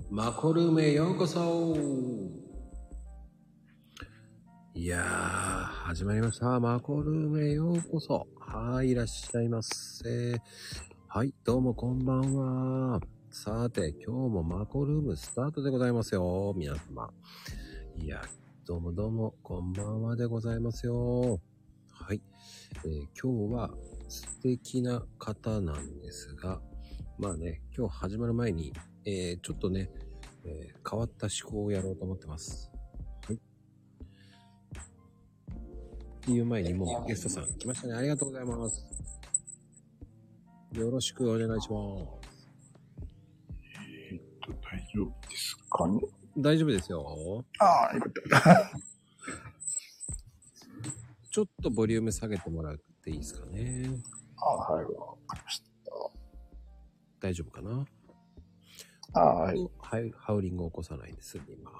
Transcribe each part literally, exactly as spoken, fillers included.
マコルームへようこそ。いやー、始まりました。マコルームへようこそ。はい、いらっしゃいませ。はい、どうもこんばんは。さて、今日もマコルームスタートでございますよ。皆様。いや、どうもどうもこんばんはでございますよ。はい、えー、今日は素敵な方なんですが、まあね、今日始まる前に、えー、ちょっとね、えー、変わった思考をやろうと思ってます。はい。っていう前にもうゲストさん来ましたね。ありがとうございます。よろしくお願いします。 えー、っと、大丈夫ですかね。 大丈夫ですよ。 ああ、よかった。 ちょっとボリューム下げてもらっていいですかね。 ああ、はい、わかりました。 大丈夫かな。 ああ、はい。 はい、ハウリングを起こさないで済みます。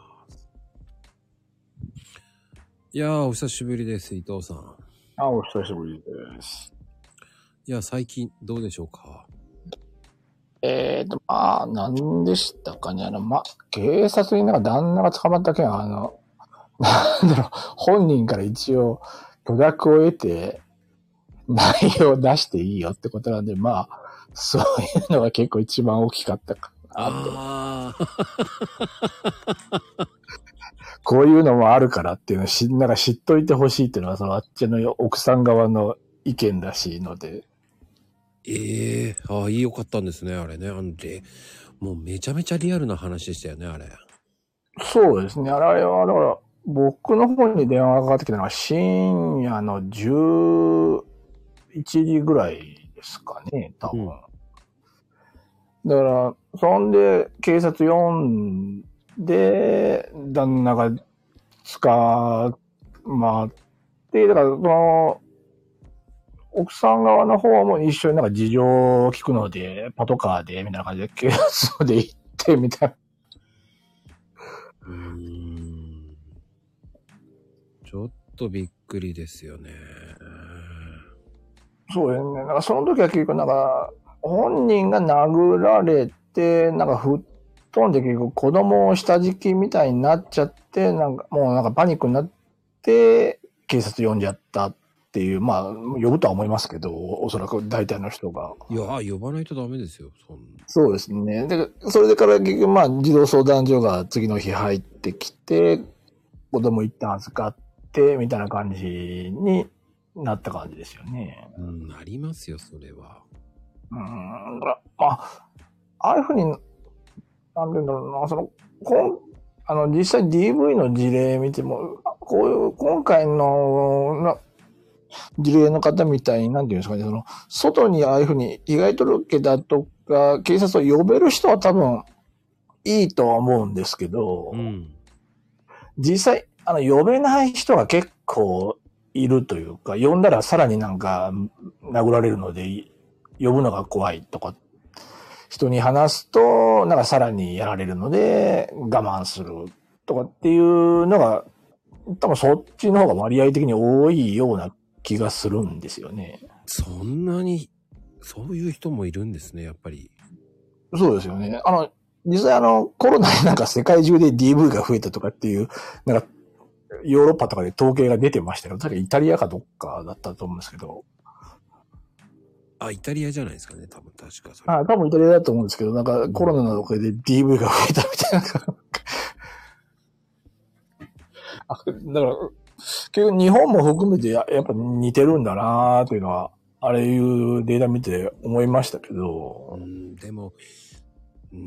いやー、お久しぶりです、伊藤さん。ああ、お久しぶりです。 いや、最近どうでしょうか。 えーと、まあ、何でしたかね。あの、ま、警察になんか旦那が捕まった件は、あの、なんだろう、本人から一応許諾を得て、内容を出していいよってことなんで、まあ、そういうのが結構一番大きかったかなと。 ああ。 こういうのもあるからっていうのをし、なんか知っといてほしいっていうのは、そのあっちの奥さん側の意見らしいので。 ええー、ああ、よかったんですね、あれね。あんで、もうめちゃめちゃリアルな話でしたよね、あれ。 そうですね。あれは、だから、僕の方に電話がかかってきたのは深夜のじゅういちじぐらいですかね、多分。うん、だから、そんで、警察呼んで、旦那が捕まって、だから、その、奥さん側の方も一緒になんか事情を聞くので、パトカーで、みたいな感じで、警察で行って、みたいな。 うーん。ちょっとびっくりですよね。 そうですね。なんかその時は結局なんか、本人が殴られて、なんか吹っ飛んで結局子供を下敷きみたいになっちゃって、なんかもうなんかパニックになって、警察呼んじゃったっていう、まあ、呼ぶとは思いますけど、おそらく大体の人が。 いや、呼ばないとダメですよ、そんな。 そうですね。で、それでから結局まあ、児童相談所が次の日入ってきて、子供一旦預かって、みたいな感じになった感じですよね。 うん、なりますよ、それは。 うん、だから、まあ、ああいうふうに、なんていうんだろうな、その、こん、あの、実際 ディーブイ の事例見ても、こういう、今回の、な、事例の方みたいに、なんていうんですかね、その、外にああいうふうに被害届だとか、警察を呼べる人は多分、いいとは思うんですけど、うん、実際、あの、呼べない人が結構いるというか、呼んだらさらになんか、殴られるので、呼ぶのが怖いとか、人に話すと、なんかさらにやられるので、我慢するとかっていうのが、多分そっちの方が割合的に多いような気がするんですよね。 そんなに、そういう人もいるんですね、やっぱり。 そうですよね。あの、実際あの、コロナでなんか世界中で ディーブイ が増えたとかっていう、なんか、ヨーロッパとかで統計が出てましたけど、確かイタリアかどっかだったと思うんですけど。 あ、イタリアじゃないですかね、多分確かそれ。 あ、多分イタリアだと思うんですけど、なんかコロナのおかげで ディーブイ が増えたみたいな。あ、だから、結局日本も含めてややっぱ似てるんだなというのは、あれいうデータ見て思いましたけど。 うん、でも、うん、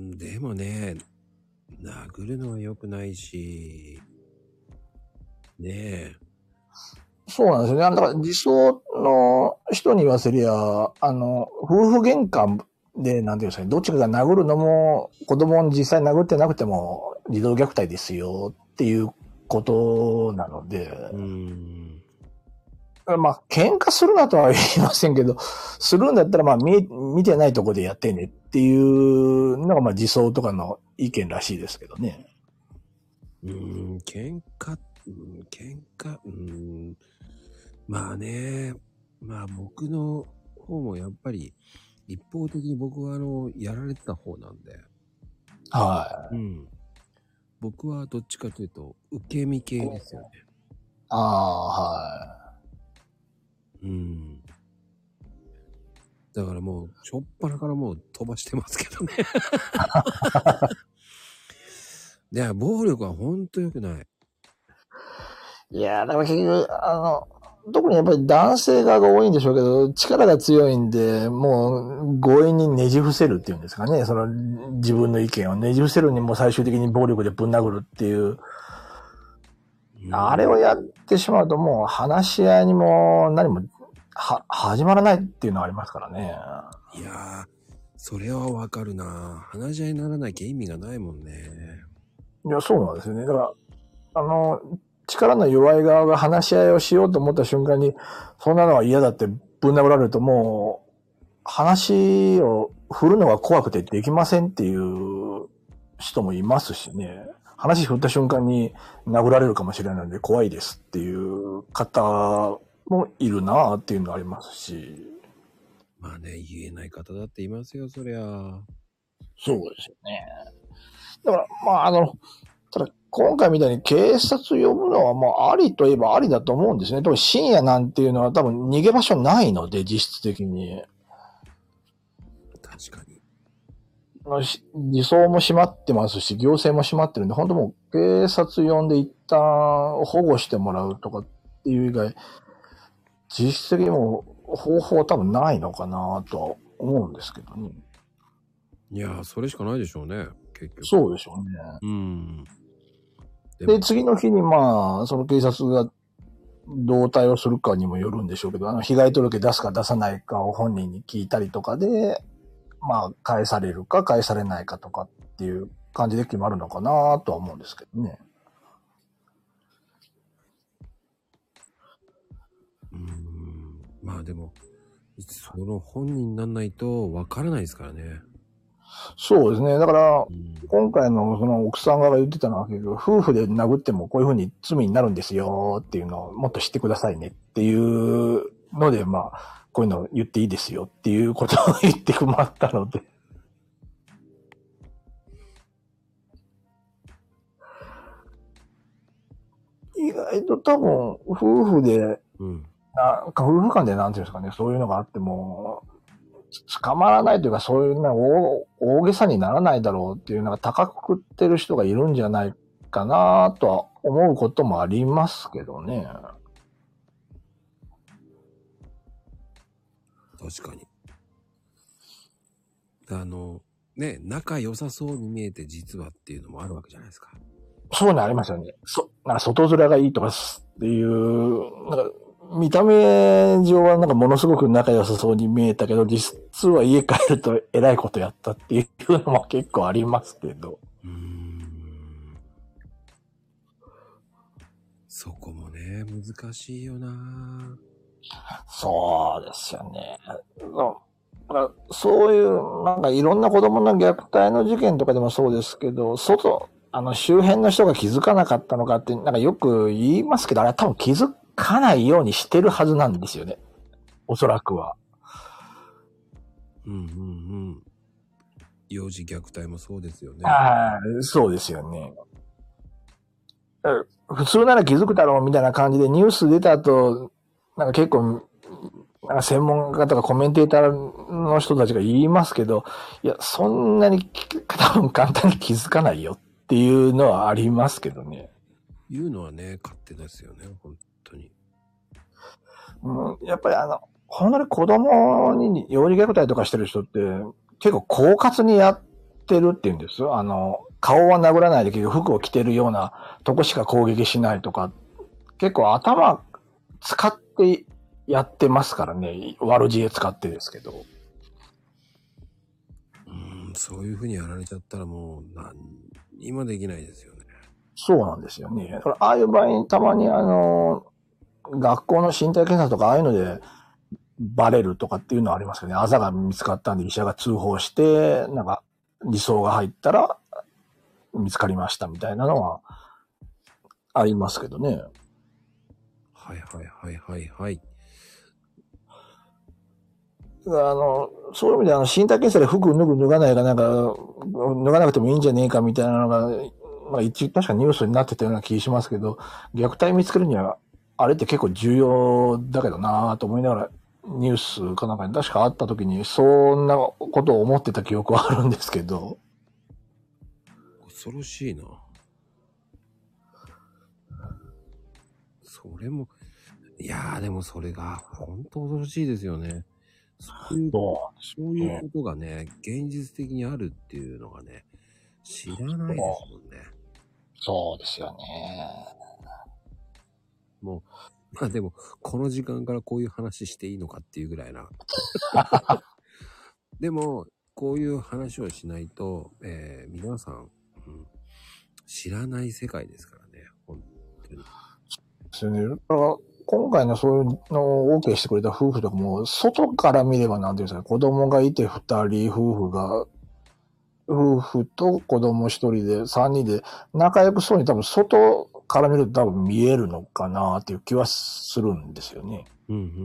でもね、殴るのは良くないし、ねえ。 そうなんですよね。だから自走の人に言わせりゃ、あの、夫婦喧嘩で、なんていうんですかね、どっちかが殴るのも、子供を実際殴ってなくても、児童虐待ですよっていうことなので、うん、まあ、喧嘩するなとは言いませんけど、するんだったら、まあ、見、見てないとこでやってねっていうのが、まあ、自走とかの意見らしいですけどね。 うーん、喧嘩、うん、喧嘩、うん、まあね、まあ僕の方もやっぱり一方的に僕はあの、やられてた方なんで。 はい。うん。僕はどっちかというと、受け身系ですよね。 ああ、はい。 うん。だからもう、しょっぱなからもう飛ばしてますけどね。いや、暴力はほんと良くない。 いやー、だから結局、あの、特にやっぱり男性側が多いんでしょうけど、力が強いんで、もう強引にねじ伏せるっていうんですかね。その自分の意見をねじ伏せるにも最終的に暴力でぶん殴るっていう。うん、あれをやってしまうともう話し合いにも何もは始まらないっていうのはありますからね。 いやー、それはわかるな。話し合いにならなきゃ意味がないもんね。 いや、そうなんですよね。だから、あの、力の弱い側が話し合いをしようと思った瞬間に、そんなのは嫌だってぶん殴られるともう、話を振るのが怖くてできませんっていう人もいますしね。話振った瞬間に殴られるかもしれないので怖いですっていう方もいるなっていうのがありますし。 まあね、言えない方だっていますよ、そりゃ。 そうですよね。だから、まあ、あの、ただ、今回みたいに警察呼ぶのはもうありといえばありだと思うんですね。特に深夜なんていうのは多分逃げ場所ないので、実質的に。 確かに。 自走も閉まってますし、行政も閉まってるんで、本当もう警察呼んで一旦保護してもらうとかっていう以外、実質的にも方法は多分ないのかなとは思うんですけどね。 いやー、それしかないでしょうね、結局。 そうでしょうね。 うん。 で、で次の日にまあ、その警察がどう対応するかにもよるんでしょうけど、あの、被害届出すか出さないかを本人に聞いたりとかで、まあ、返されるか返されないかとかっていう感じで決まるのかなとは思うんですけどね。 うーん。まあでも、その本人にならないとわからないですからね。 そうですね。だから、うん、今回のその奥さん側が言ってたのは、夫婦で殴ってもこういうふうに罪になるんですよっていうのをもっと知ってくださいねっていうので、まあ、こういうの言っていいですよっていうことを言ってくまったので。意外と多分、夫婦で、うん、なんか夫婦間でなんていうんですかね、そういうのがあっても、捕まらないというか、そういうの大、大げさにならないだろうっていうのが高く食ってる人がいるんじゃないかなとは思うこともありますけどね。 確かに。あの、ね、仲良さそうに見えて実はっていうのもあるわけじゃないですか。 そういうのありますよね。そ、なんか外面がいいとかっていう、なんか見た目上はなんかものすごく仲良さそうに見えたけど、実は家帰ると偉いことやったっていうのも結構ありますけど。うーん。 そこもね、難しいよな。 そうですよね。そういう、なんかいろんな子供の虐待の事件とかでもそうですけど、外、あの周辺の人が気づかなかったのかって、なんかよく言いますけど、あれは多分気づかないようにしてるはずなんですよね。おそらくは。 うんうんうん。幼児虐待もそうですよね。 ああ、そうですよね。普通なら気づくだろうみたいな感じでニュース出た後、なんか結構、なんか専門家とかコメンテーターの人たちが言いますけど、いや、そんなに多分簡単に気づかないよっていうのはありますけどね。 言うのはね、勝手ですよね、本当に。 うん、やっぱりあの、ほんのに子供に幼児虐待とかしてる人って結構狡猾にやってるっていうんです。あの、顔は殴らないで結局服を着てるようなとこしか攻撃しないとか、結構頭使ってやってますからね。悪知恵使ってですけど。 うん、そういう風にやられちゃったらもう何にもできないですよね。 そうなんですよね。だからああいう場合にたまにあの、学校の身体検査とかああいうのでバレるとかっていうのはありますけどね。あざが見つかったんで医者が通報して、なんか理想が入ったら見つかりましたみたいなのはありますけどね。 はいはいはいはいはい。 あの、そういう意味であの、身体検査で服脱ぐ脱がないかなんか、 脱がなくてもいいんじゃねえかみたいなのが、まあ一応確かニュースになってたような気がしますけど、虐待見つけるには、あれって結構重要だけどなぁと思いながら、ニュースかなんかに確かあった時に、そんなことを思ってた記憶はあるんですけど。 恐ろしいな。それも、いやーでもそれが本当恐ろしいですよね。そういう、そういうことがね、現実的にあるっていうのがね、知らないですもんね。 そうですよね。 もう、まあでも、この時間からこういう話していいのかっていうぐらいな。でも、こういう話をしないと、えー、皆さん、うん、知らない世界ですからね、本当に。 ですよね。だから今回のそういうのを OK してくれた夫婦とかも、外から見ればなんていうんですか、子供がいて二人、夫婦が、夫婦と子供一人で三人で仲良くそうに多分外から見ると多分見えるのかなっていう気はするんですよね。 うん、うん、うん、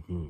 うん。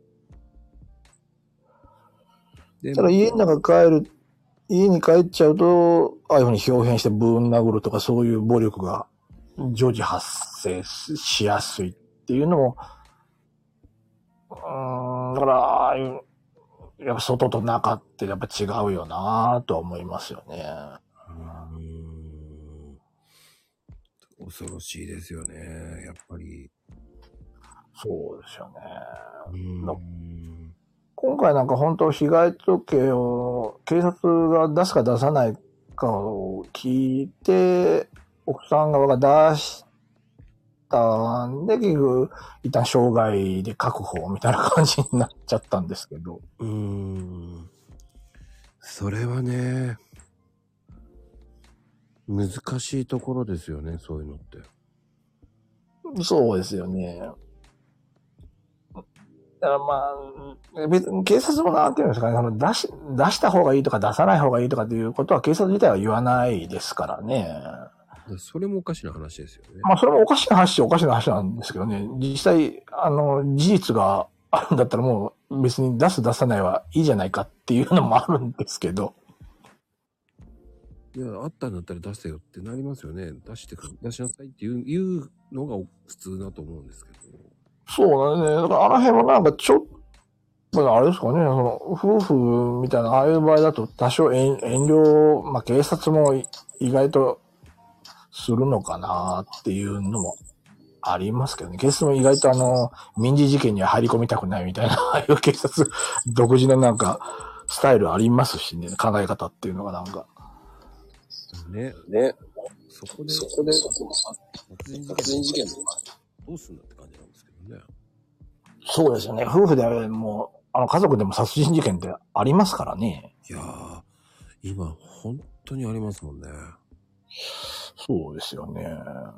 でただ家の中帰る、家に帰っちゃうと、ああいうふうに表現してぶん殴るとかそういう暴力が常時発生しやすいっていうのも、うーん、だから、ああいう、やっぱ外と中ってやっぱ違うよなぁとは思いますよね。 うーん、恐ろしいですよね、やっぱり。 そうですよね。 うーん。 今回なんか本当被害届を警察が出すか出さないかを聞いて、奥さん側が出したんで、結局、一旦傷害で確保みたいな感じになっちゃったんですけど。 うーん。それはね、難しいところですよね、そういうのって。 そうですよね。だからまあ、別に警察もなんていうんですかね、その出し、出した方がいいとか出さない方がいいとかっていうことは警察自体は言わないですからね。 それもおかしな話ですよね。 まあそれもおかしな話おかしな話なんですけどね。実際、あの、事実があるんだったらもう別に出す出さないはいいじゃないかっていうのもあるんですけど。 いや、あったんだったら出せよってなりますよね。出してく、出しなさいっていう、いうのが普通だと思うんですけど。 そうだね。だからあの辺もなんかちょっと、あれですかね、その、夫婦みたいな、ああいう場合だと多少遠遠慮、まあ警察も意外とするのかなっていうのもありますけどね。警察も意外とあの、民事事件には入り込みたくないみたいな、ああいう警察独自のなんか、スタイルありますしね、考え方っていうのがなんか。 ね。 ね。 そこで、 そこで、 殺人事件事件どうすんだって感じなんですけどね。 そうですよね。夫婦であれも、あの、家族でも殺人事件ってありますからね。 いやー、今、本当にありますもんね。 そうですよね。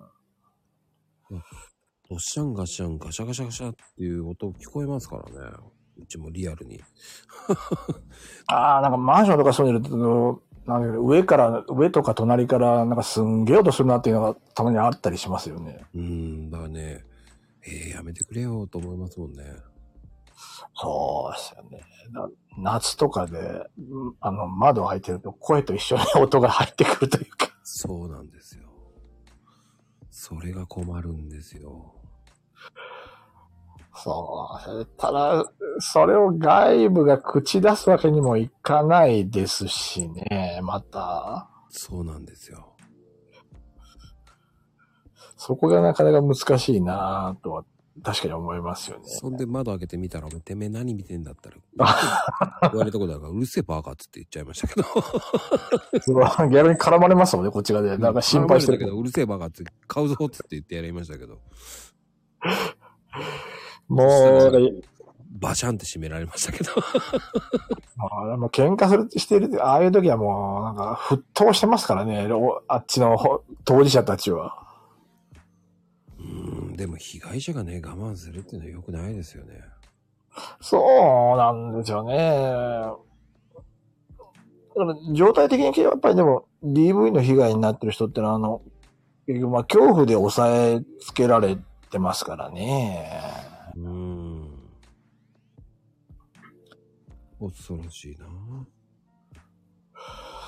ドッシャンガシャンガシャガシャガシャっていう音聞こえますからね。うちもリアルに。 ああ、なんかマンションとか住んでると、なんか上から、上とか隣からなんかすんげえ音するなっていうのがたまにあったりしますよね。 うん、だからね、えー、やめてくれよと思いますもんね。 そうですよね。夏とかで、あの、窓開いてると声と一緒に音が入ってくるというか。 そうなんですよ。それが困るんですよ。 そう。ただ、それを外部が口出すわけにもいかないですしね、また。 そうなんですよ。 そこがなかなか難しいなぁとは確かに思いますよね。 そんで窓開けてみたら、お前てめえ何見てんだったら、言われたことだから、うるせえバカっつって言っちゃいましたけど。 すごい、逆に絡まれますもんね、こっちがね。なんか心配してるけど、うるせえバカっつって買うぞっつって言ってやりましたけど。 もう、 バシャンって閉められましたけど。 あもう喧嘩する、してる、ああいう時はもう、なんか、沸騰してますからね、あっちの当事者たちは。 うーん、でも被害者がね、我慢するっていうのは良くないですよね。 そうなんですよね。だから状態的にやっぱりでも ディーブイ の被害になってる人ってのはあの、結局まあ恐怖で抑えつけられてますからね。 うーん。恐ろしいな。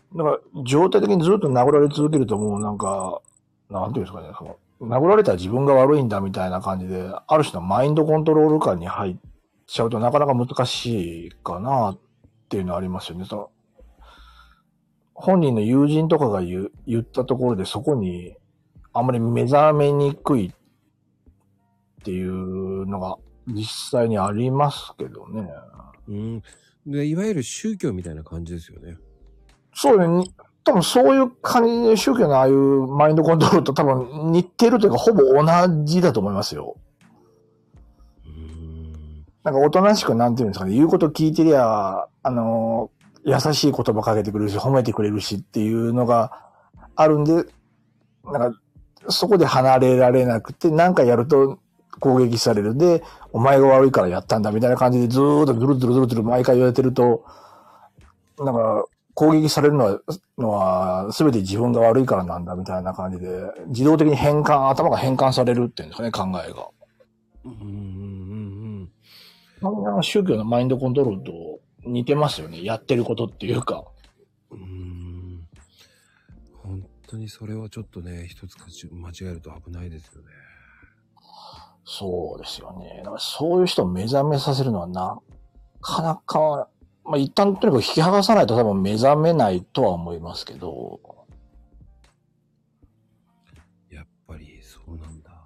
だから、状態的にずっと殴られ続けるともうなんか、なんていうんですかね、その殴られたら自分が悪いんだみたいな感じで、ある種のマインドコントロール感に入っちゃうとなかなか難しいかなっていうのはありますよね。その本人の友人とかが言う言ったところでそこにあんまり目覚めにくいっていうのが実際にありますけどね。 うん。で、いわゆる宗教みたいな感じですよね。 そうね。多分そういう感じで宗教のああいうマインドコントロールと多分似てるというかほぼ同じだと思いますよ。 うーん。 なんかおとなしくなんていうんですかね、言うこと聞いてりゃ、あの、優しい言葉かけてくれるし、褒めてくれるしっていうのがあるんで、なんかそこで離れられなくて、なんかやると攻撃されるで、お前が悪いからやったんだみたいな感じでずーっとずるずるずるずる毎回言われてると、なんか攻撃されるのは、のは全て自分が悪いからなんだみたいな感じで、自動的に変換、頭が変換されるっていうんですかね、考えが。 うんうんうんなんか宗教のマインドコントロールと似てますよね、やってることっていうか。 うん。うーん。本当にそれはちょっとね、一つ間違えると危ないですよね。 そうですよね。だからそういう人を目覚めさせるのはなかなか、まあ、一旦とにかく引き剥がさないと多分目覚めないとは思いますけど。 やっぱりそうなんだ。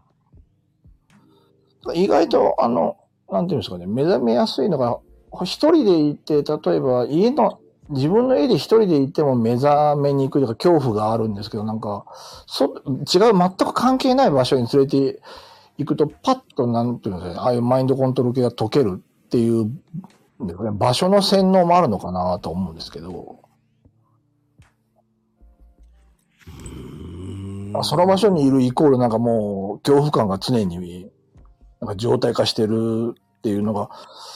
意外と、あの、なんていうんですかね、目覚めやすいのが、一人でいて、例えば家の、自分の家で一人でいても目覚めにくいとか恐怖があるんですけど、なんか、そ、違う、全く関係ない場所に連れて行くと、パッと、なんていうんですかね、ああいうマインドコントロール系が解けるっていう、場所の洗脳もあるのかなと思うんですけど、 うーん。 その場所にいるイコールなんかもう恐怖感が常になんか状態化してるっていうのが、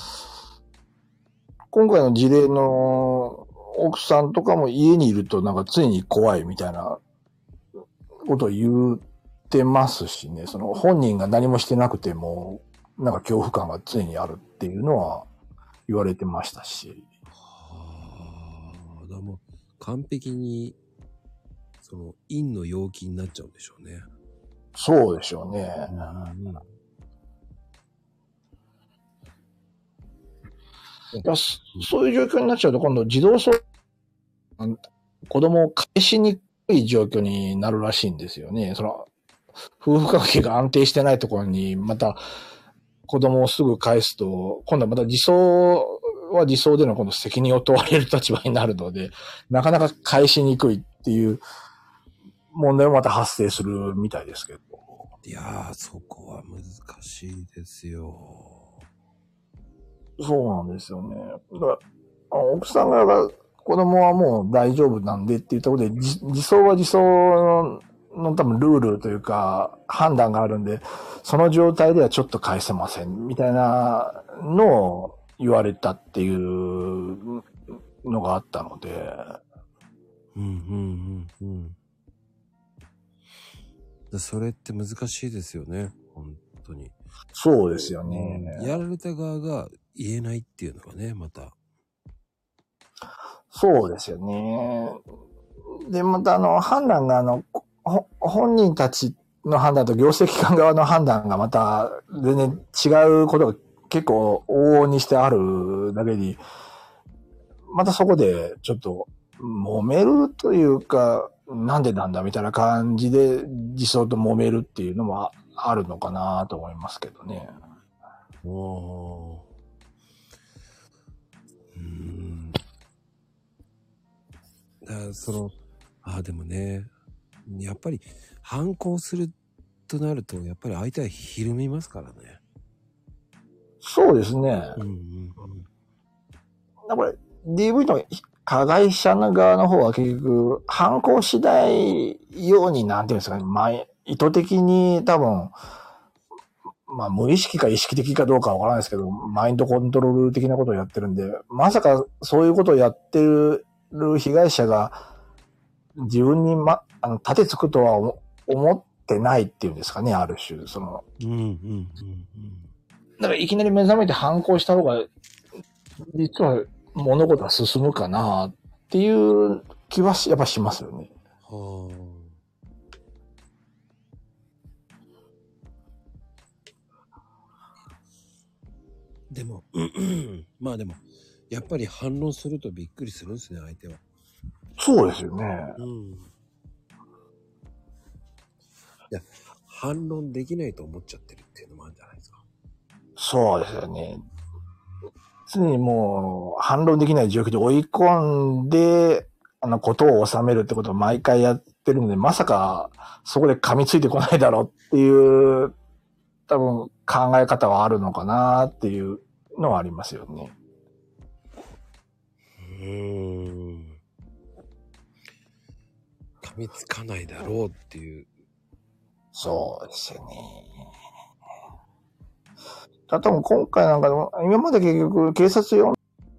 今回の事例の奥さんとかも家にいるとなんか常に怖いみたいなことを言ってますしね、その本人が何もしてなくてもなんか恐怖感が常にあるっていうのは言われてましたし。 はあ、だもう完璧にその陰の陽気になっちゃうんでしょうね。 そうでしょうね。 うんうん、 いや、そういう状況になっちゃうと今度自動操作、子供を返しにくい状況になるらしいんですよね。その夫婦関係が安定してないところにまた子供をすぐ返すと、今度はまた自走は自走での今度責任を問われる立場になるので、なかなか返しにくいっていう問題もまた発生するみたいですけど。 いやー、そこは難しいですよ。 そうなんですよね。だから奥さん側が子供はもう大丈夫なんでっていうところで、自走は自走の多分ルールというか判断があるんで、その状態ではちょっと返せませんみたいなのを言われたっていうのがあったので。 うんうんうんうん。それって難しいですよね。本当に。 そうですよね。 やられた側が言えないっていうのがね、また。 そうですよね。で、またあの判断があの、本人たちの判断と行政機関側の判断がまた全然違うことが結構往々にしてあるだけに、またそこでちょっと揉めるというか、なんでなんだみたいな感じで自走と揉めるっていうのもあるのかなと思いますけどね。 おー。うーん。だからその、ああでもね、やっぱり反抗するとなると、やっぱり相手はひるみますからね。 そうですね。 うんうんうん。 これ ディーブイ の加害者の側の方は結局反抗しないようになんていうんですかね、まあ、意図的に多分、まあ無意識か意識的かどうかはわからないですけど、マインドコントロール的なことをやってるんで、まさかそういうことをやってる被害者が自分にま、あの、立てつくとは思ってないっていうんですかね、ある種、その。 うんうんうんうん。 だからいきなり目覚めて反抗した方が、実は物事は進むかなっていう気はし、やっぱしますよね。 はあ。でも、まあでも、やっぱり反論するとびっくりするんですね、相手は。 そうですよね。 うん。いや、反論できないと思っちゃってるっていうのもあるんじゃないですか。 そうですよね。常にもう反論できない状況に追い込んで、あの、ことを収めるってことを毎回やってるので、まさかそこで噛みついてこないだろうっていう、多分考え方はあるのかなっていうのはありますよね。 うーん。噛みつかないだろうっていう。 そうですよね。多分今回なんかでも、今まで結局警察用、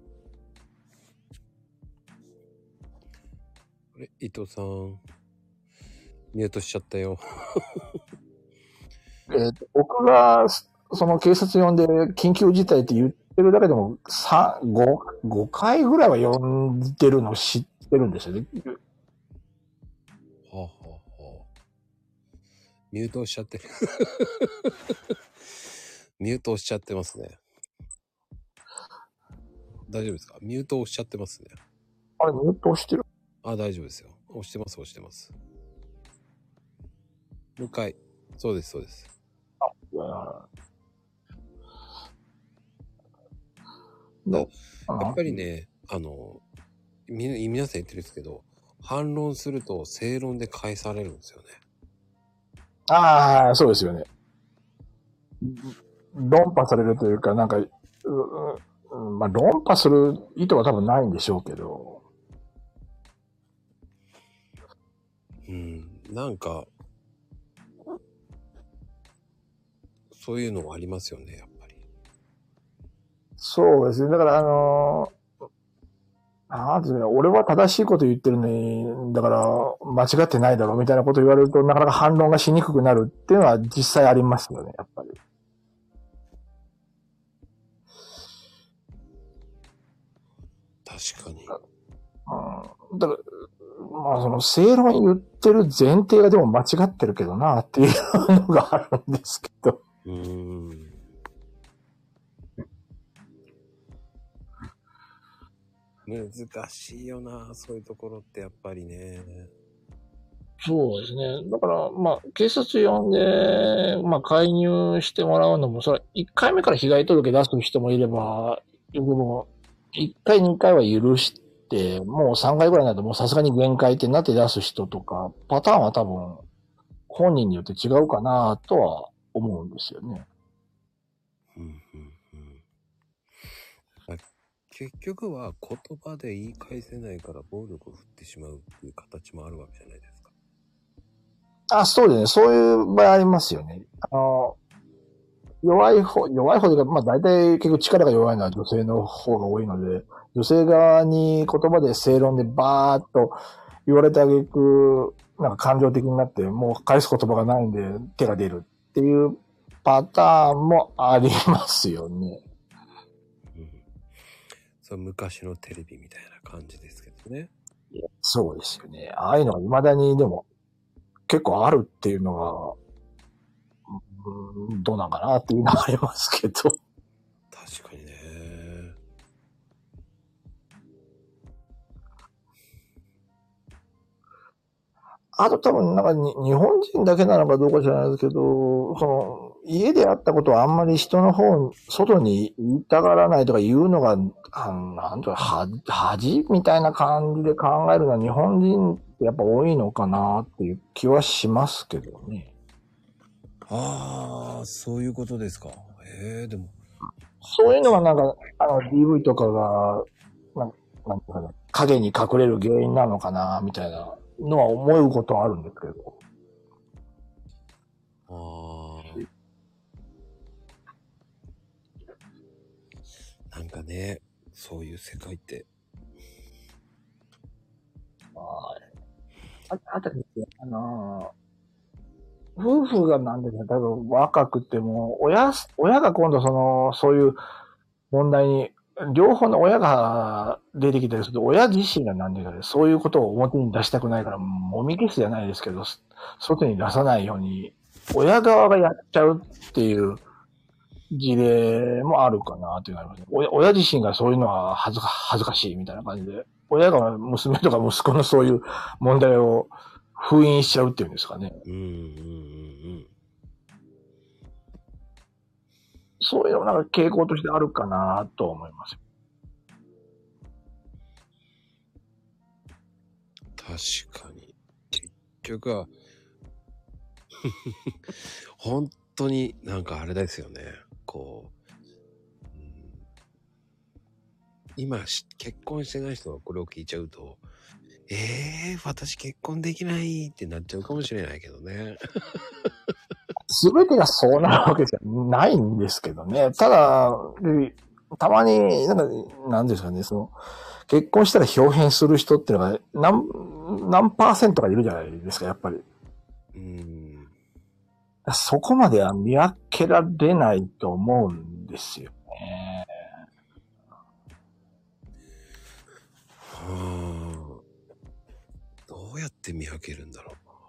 あれ、伊藤さん、ミュートしちゃったよ。 えーと僕がその警察呼んで緊急事態って言ってるだけでもさん、ご、ごかいぐらいは呼んでるのを知ってるんですよね。 はあ、はあはあ、ミュートしちゃってる。ミュート押しちゃってますね。大丈夫ですか？ミュート押しちゃってますね。 あれ、ミュート押してる？ あ、大丈夫ですよ。押してます、押してます。もう一回。そうです、そうです。 あ、いやだどやっぱりね、あの、み、皆さん言ってるんですけど、反論すると正論で返されるんですよね。 ああ、そうですよね。論破されるというか、なんか、ううまあ、論破する意図は多分ないんでしょうけど。 うん、なんか、そういうのはありますよね、やっぱり。 そうですね。だから、あのー、なんていうの、俺は正しいこと言ってるのに、だから間違ってないだろうみたいなこと言われると、なかなか反論がしにくくなるっていうのは実際ありますよね、やっぱり。 確かに。 うん。だから、まあその正論言ってる前提がでも間違ってるけどなっていうのがあるんですけど。 うーん。難しいよな、そういうところってやっぱりね。 そうですね。だから、まあ、警察呼んで、まあ、介入してもらうのも、それ、いっかいめから被害届出す人もいれば、でも、いっかい、にかいは許して、もうさんかいぐらいになると、もうさすがに限界ってなって出す人とか、パターンは多分、本人によって違うかなとは思うんですよね。 うんうんうん、結局は言葉で言い返せないから暴力を振ってしまうっていう形もあるわけじゃないですか。 あ、そうですね。そういう場合ありますよね。あの、弱い方、弱い方というか、まあ大体結構力が弱いのは女性の方が多いので、女性側に言葉で正論でバーっと言われてあげく、なんか感情的になって、もう返す言葉がないんで手が出るっていうパターンもありますよね。 うん。そう、昔のテレビみたいな感じですけどね。 そうですよね。ああいうのが未だにでも結構あるっていうのが、うん、どうなんかなっていうのはありますけど。 確かにね。 あと多分なんかに日本人だけなのかどうか知らないですけど、その家であったことはあんまり人の方、外に言いたがらないとか言うのが、あのなんとは、恥みたいな感じで考えるのは日本人ってやっぱ多いのかなっていう気はしますけどね。 ああ、そういうことですか。へえ、でも。 そういうのがなんか、あの ディーブイ とかが、なんなんていうかな、影に隠れる原因なのかなみたいなのは思うことはあるんですけど。 ああ。なんかね、そういう世界って。 ああとですね、あのー、夫婦がなんですか、多分若くても、親、親が今度その、そういう問題に両方の親が出てきたりすると、親自身がなんでかね、そういうことを表に出したくないから、もみ消すじゃないですけど、外に出さないように、親側がやっちゃうっていう事例もあるかなっていうのがありますね。親、親自身がそういうのは恥ずか、恥ずかしいみたいな感じで、親が娘とか息子のそういう問題を封印しちゃうっていうんですかね。 うんうんうんうん。 そういうのもなんか傾向としてあるかなと思います。 確かに。結局は、本当になんかあれですよね。こう、うん、今結婚してない人がこれを聞いちゃうと、えー、私結婚できないってなっちゃうかもしれないけどね。 すべてがそうなるわけじゃないんですけどね。ただ、たまに、なんか、なんですかね、その、結婚したら表変する人っていうのが何、何パーセントかいるじゃないですか、やっぱり。 うん。 そこまでは見分けられないと思うんですよね。 はあ。どうやって見分けるんだろ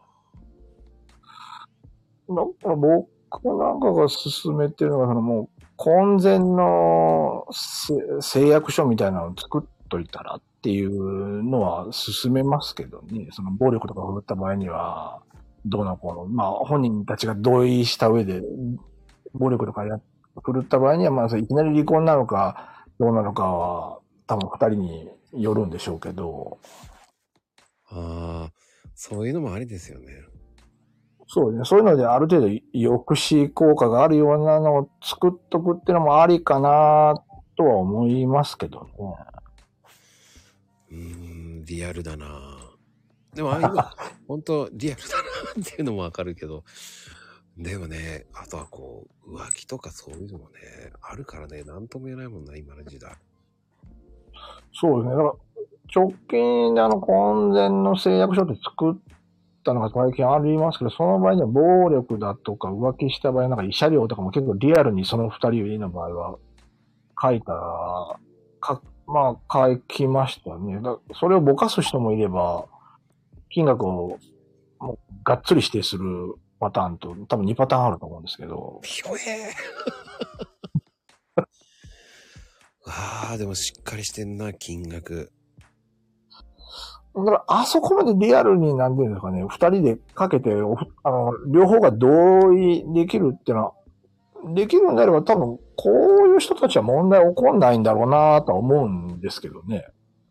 う。なんか僕なんかが進めてるのが、そのもう、婚前の誓約書みたいなのを作っといたらっていうのは進めますけどね。その暴力とか振るった場合には、どうなこうの、まあ本人たちが同意した上で、暴力とかや、振るった場合には、まあいきなり離婚なのか、どうなのかは、多分二人によるんでしょうけど。 ああ、そういうのもありですよね。 そうですね。そういうのである程度抑止効果があるようなのを作っとくっていうのもありかなとは思いますけどね。 うーん、リアルだな。でも今、本当リアルだなっていうのもわかるけど、でもね、あとはこう、浮気とかそういうのもね、あるからね、なんとも言えないもんな、今の時代。 そうですね。だから直近であの婚前の誓約書って作ったのが最近ありますけど、その場合には暴力だとか浮気した場合なんか慰謝料とかも結構リアルにその二人の場合は書いた、か、まあ書きましたね。だそれをぼかす人もいれば、金額をもうがっつり指定するパターンと多分にパターンあると思うんですけど。 ひょえーああ、でもしっかりしてんな、金額。 だから、あそこまでリアルになんていうんですかね、二人でかけて、あの、両方が同意できるっていうのは、できるんであれば多分、こういう人たちは問題起こんないんだろうなとは思うんですけどね。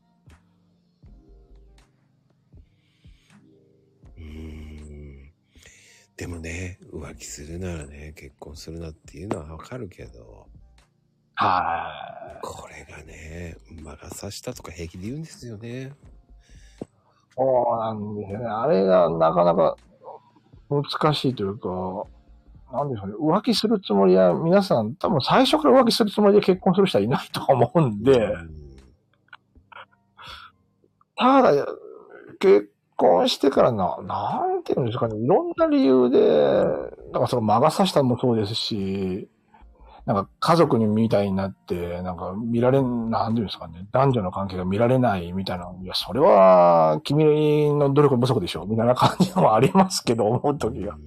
うーん。でもね、浮気するならね、結婚するなっていうのはわかるけど、 はい。 これがね、魔が差したとか平気で言うんですよね。 そうなんですよね。あれがなかなか難しいというか、なんでしょうね。浮気するつもりは、皆さん、多分最初から浮気するつもりで結婚する人はいないと思うんで、 うんただ、結婚してからな、なんていうんですかね、いろんな理由で、なんかその魔が差したのもそうですし、なんか家族にみたいになって、なんか見られん、なんていうんですかね、男女の関係が見られないみたいな、いや、それは君の努力不足でしょみたいな感じのもありますけど、思うときが。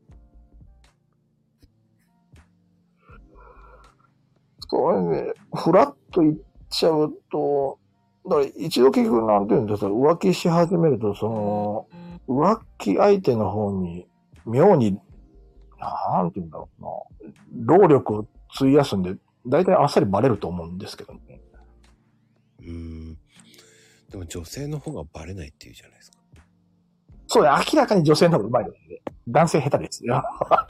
そうね、フラッと言っちゃうと、だから一度結局なんていうんですか、浮気し始めると、その、浮気相手の方に、妙に、なんていうんだろうな、労力を費やすんで、大体あっさりバレると思うんですけどね。 うーん。でも女性の方がバレないっていうじゃないですか。 そうね、明らかに女性の方が上手いですね。男性下手ですよ。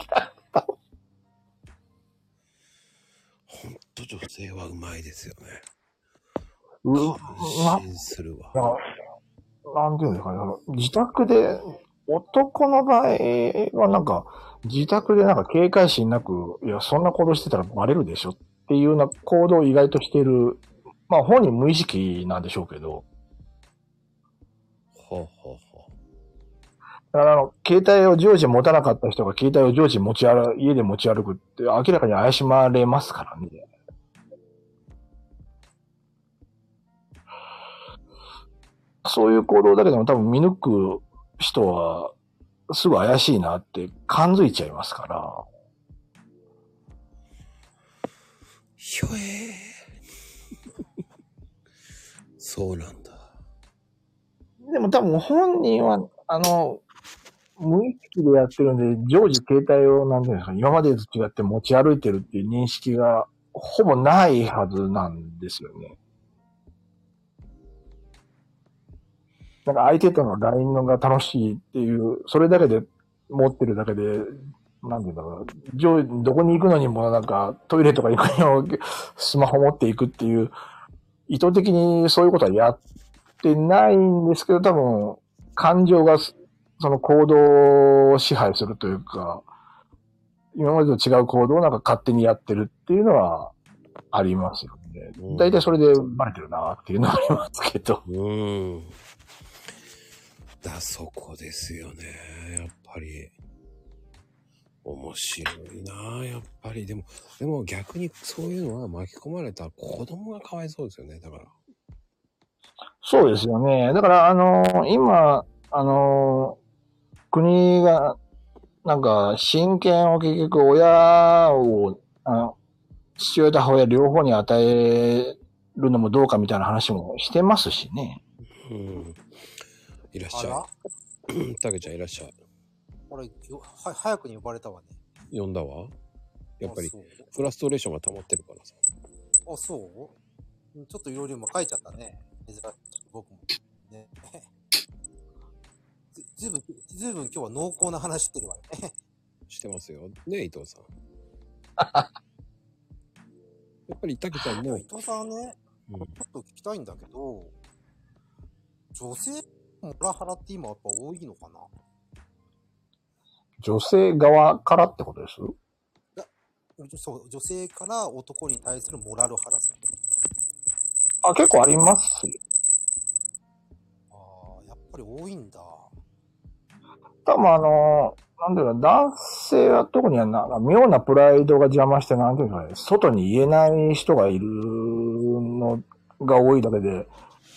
ほんと女性は上手いですよね。 う感心するわ。 なんていうんですかね、自宅で、男の場合はなんか、自宅でなんか警戒心なく、いや、そんな行動してたらバレるでしょっていうような行動を意外としている。まあ本人無意識なんでしょうけど。 ほうほうほう。 だからあの、携帯を常時持たなかった人が携帯を常時持ち歩、家で持ち歩くって明らかに怪しまれますからね。 そういう行動だけでも多分見抜く人は、すぐ怪しいなって感づいちゃいますから。 ひょえー。そうなんだ。 でも多分本人は、あの、無意識でやってるんで、常時携帯を、なんていうんですか、今までと違って持ち歩いてるっていう認識がほぼないはずなんですよね。なんか相手との ライン のが楽しいっていう、それだけで持ってるだけで、なんていうんだろう、上どこに行くのにもなんかトイレとか行くにもスマホ持っていくっていう、意図的にそういうことはやってないんですけど、多分感情がその行動を支配するというか、今までと違う行動をなんか勝手にやってるっていうのはありますよね。だいたいそれでバレてるなっていうのはありますけど。 うん。だ、そこですよね。やっぱり。面白いな、やっぱり。でも、でも逆にそういうのは巻き込まれた子供がかわいそうですよね、だから。 そうですよね。だから、あの、今、あの、国が、なんか、親権を結局親を、あの、父親と母親両方に与えるのもどうかみたいな話もしてますしね。 うん。いらっしゃい。たけちゃんいらっしゃい。 俺よは、早くに呼ばれたわね。 呼んだわ。やっぱり、フラストレーションが溜まってるからさ。 あ、そうちょっといろいろ今書いちゃったね。珍しく僕も。ね。ず、ずいぶん、ずいぶん今日は濃厚な話してるわよね。 してますよ。ね、伊藤さん。やっぱり、たけちゃんも。 伊藤さんね、うん、ちょっと聞きたいんだけど、女性モラハラって今やっぱ多いのかな？ 女性側からってことです？ いや、そう、女性から男に対するモラルハラスメント。あ、結構ありますよ。 ああ、やっぱり多いんだ。 多分あの、なんていうの、男性は特にはな、妙なプライドが邪魔して、なんていうのね、外に言えない人がいるのが多いだけで、うん、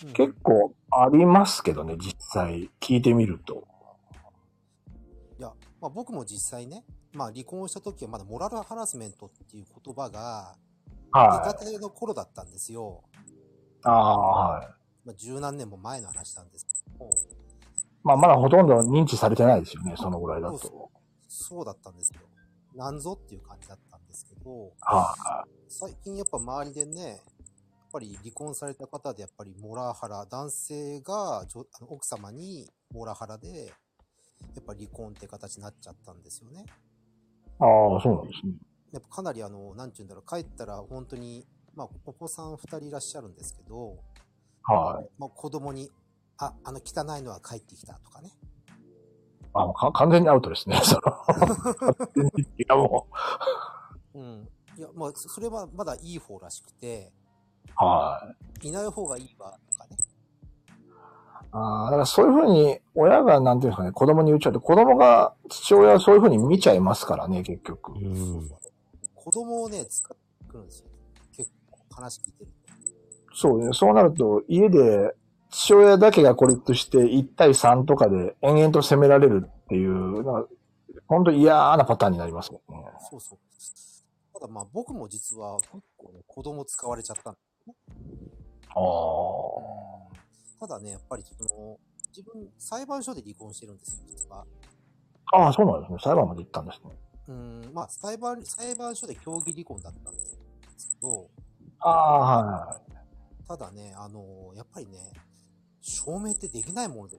結構ありますけどね、実際聞いてみると。 いや、まあ、僕も実際ね、まあ離婚した時はまだモラルハラスメントっていう言葉が出たての頃だったんですよ。 ああ、はい。 まあ十何年も前の話なんですけど。 まあまだほとんど認知されてないですよね、そのぐらいだと。 そうそう、そうだったんですよ。なんぞっていう感じだったんですけど、 はい。 最近やっぱ周りでね、やっぱり離婚された方でやっぱりモラハラ、男性があの奥様にモラハラで、やっぱり離婚って形になっちゃったんですよね。 ああ、そうなんですね。 やっぱかなりあの、なんて言うんだろう、帰ったら本当に、まあ、お子さん二人いらっしゃるんですけど、 はい。 まあ、子供に、あ、あの汚いのは帰ってきたとかね。 あ、か完全にアウトですね、その。いや、もう。うん。いや、まあ、それはまだいい方らしくて、 はい。 いない方がいいわ、とかね。 ああ、だからそういうふうに、親がなんていうんですかね、子供に言っちゃうと、子供が父親はそういうふうに見ちゃいますからね、結局。 うん。そうそう。子供をね、使ってくるんですよ。結構話聞いてると。 そうね。そうなると、家で父親だけが孤立していち対さんとかで延々と責められるっていう、なんか本当に嫌なパターンになりますもんね。 そうそう。ただまあ僕も実は結構ね、子供使われちゃったんですね。 ああ。 ただね、やっぱりその、自分、裁判所で離婚してるんですよ、実は。 ああ、そうなんですね。裁判まで行ったんですね。 うん、まあ、裁判、裁判所で協議離婚だったんですけど。 ああ、はい。 ただね、あの、やっぱりね、証明ってできないもので。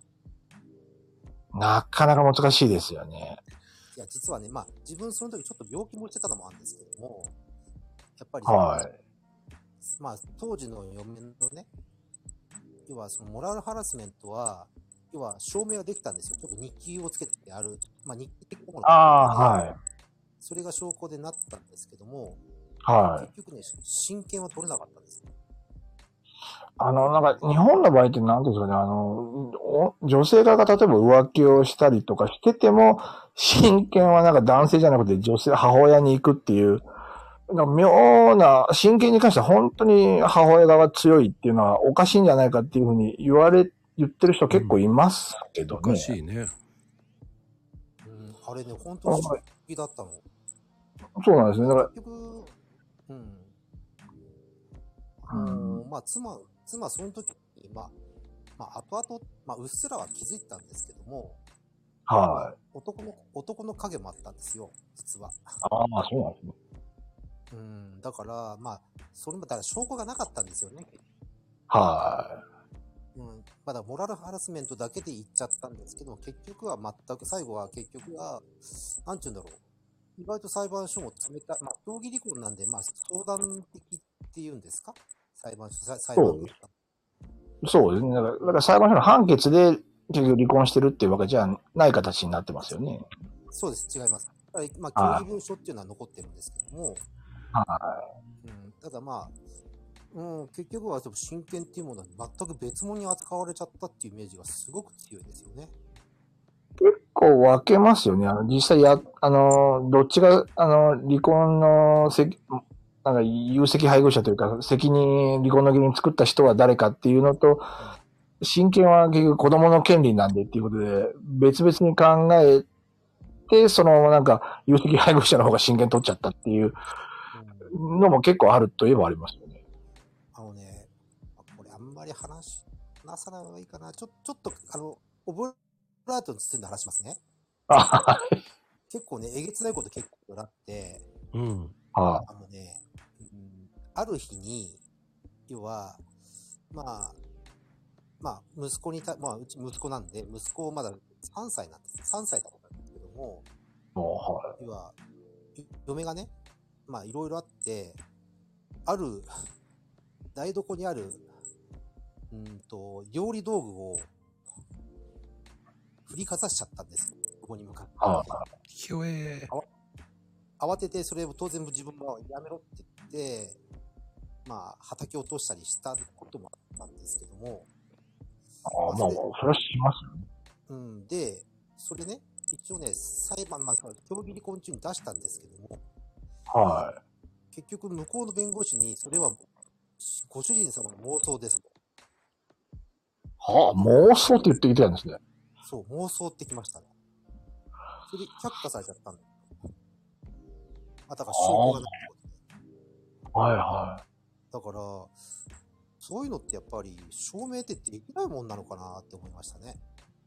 なかなか難しいですよね。 いや、実はね、まあ、自分その時ちょっと病気もしてたのもあるんですけども、やっぱり、 はい。 まあ、当時の嫁のね、要はそのモラルハラスメントは、要は証明はできたんですよ。ちょっと日記をつけてある。まあ日記的なものがああ、はい。 それが証拠でなったんですけども、 はい。 結局ね、親権は取れなかったんですよ。 あの、なんか、日本の場合って何ですかね、あの、女性側が例えば浮気をしたりとかしてても、親権はなんか男性じゃなくて女性、母親に行くっていう、なんか妙な、親権に関しては本当に母親側が強いっていうのはおかしいんじゃないかっていうふうに言われ言ってる人結構いますけどね。 おかしいね。 うん、あれね、本当に不思議だったの。 そうなんですね。だから、 結局、うん。あのーまあ、妻、妻、その時に、まあ、まあ、後々、まあ、うっすらは気づいたんですけども、 はい。 男の、男の影もあったんですよ、実は。 ああ、そうなんですね。 うん、だから、まあ、それも、だから証拠がなかったんですよね。 はうん、まだモラルハラスメントだけで言っちゃったんですけども、結局は全く、最後は結局は、なんて言うんだろう。意外と裁判所も冷たい、まあ、協議離婚なんで、まあ、相談的っていうんですか裁判所、裁判所。 い。そうですね。だから、だから裁判所の判決で結局離婚してるっていうわけじゃない形になってますよね。 そうです、違います。まあ、協議文書っていうのは残ってるんですけども、 はうん、ただまあ、うん、結局は親権っていうものは全く別物に扱われちゃったっていうイメージがすごく強いですよね。 い。結構分けますよね。あの、実際や、あの、どっちが、あの、離婚の責、なんか、有責配偶者というか、責任、離婚の原因作った人は誰かっていうのと、親権は結局子供の権利なんでっていうことで、別々に考えて、その、なんか、有責配偶者の方が親権取っちゃったっていうのも結構あるといえばありますよね。 あのね、これあんまり話、話さない方がいいかな。ちょ、ちょっと、あの、オブラートに包んで話しますね。結構ね、えげつないこと結構あって、 うん。 はあのね、うん、ある日に、要は、まあ、まあ、息子にた、まあ、うち息子なんで、息子まださんさいなんです。さんさいだったんですけども、 もう、はい。 要は、嫁がね、まあ、いろいろあって、ある、台所にある、うんと、料理道具を、振りかざしちゃったんですよ。ここに向かって。 はひょえー。 慌てて、それを当然自分もやめろって言って、まあ、畑を落としたりしたこともあったんですけども。 ああ、まあ、それはしますよね。 うん。で、それね、一応ね、裁判、まあ、協議離婚中に出したんですけども、 はい。 結局、向こうの弁護士に、それは、ご主人様の妄想ですと。 はあ、妄想って言ってきてたんですね。 そう、妄想ってきましたね。それで却下されちゃったんだよ。あ、だから証拠がないことで。 はいはい。 だから、そういうのってやっぱり証明ってできないもんなのかなって思いましたね。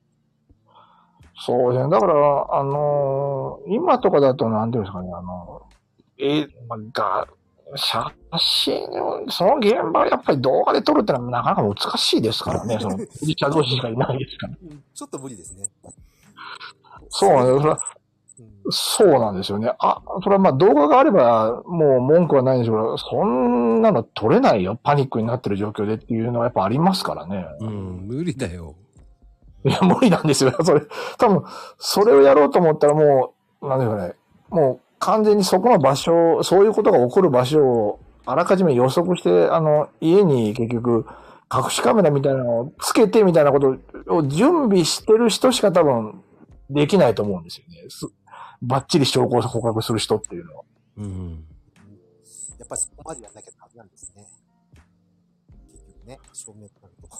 そうですね。だから、あのー、今とかだと、なんていうんですかね、あの、え、まあ、が、写真を、その現場やっぱり動画で撮るってのはなかなか難しいですからね。その、当事者同士しかいないですから。 ちょっと無理ですね。 そうなんです。それは、うん、そうなんですよね。あ、それはまあ動画があればもう文句はないんですけど、そんなの撮れないよ。パニックになってる状況でっていうのはやっぱありますからね。 うん、無理だよ。 いや、無理なんですよ。それ、多分、それをやろうと思ったらもう、なんですかね。もう完全にそこの場所、そういうことが起こる場所をあらかじめ予測して、あの、家に結局、隠しカメラみたいなのをつけてみたいなことを準備してる人しか多分できないと思うんですよね。バッチリ証拠を捕獲する人っていうのは。 うん。 やっぱりそこまでやんなきゃダメなんですね。結局ね、証明となると。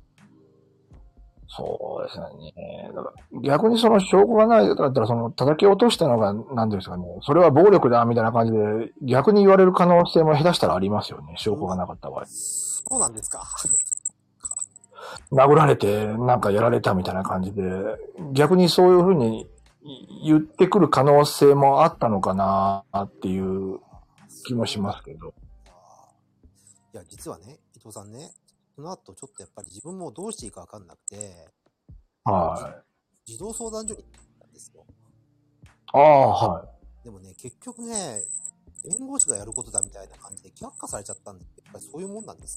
そうですね。だから逆にその証拠がないだったら、その叩き落としたのが、なんですかね、それは暴力だ、みたいな感じで、逆に言われる可能性も下手したらありますよね、証拠がなかった場合。 そうなんですか。 殴られて、なんかやられたみたいな感じで、逆にそういうふうに言ってくる可能性もあったのかな、っていう気もしますけど。 いや、実はね、伊藤さんね、その後ちょっとやっぱり自分もどうしていいかわかんなくて、 はい。 児童相談所に行ったんですよ。 ああ、はい。 でもね、結局ね、弁護士がやることだみたいな感じで却下されちゃったんで、やっぱりそういうもんなんです。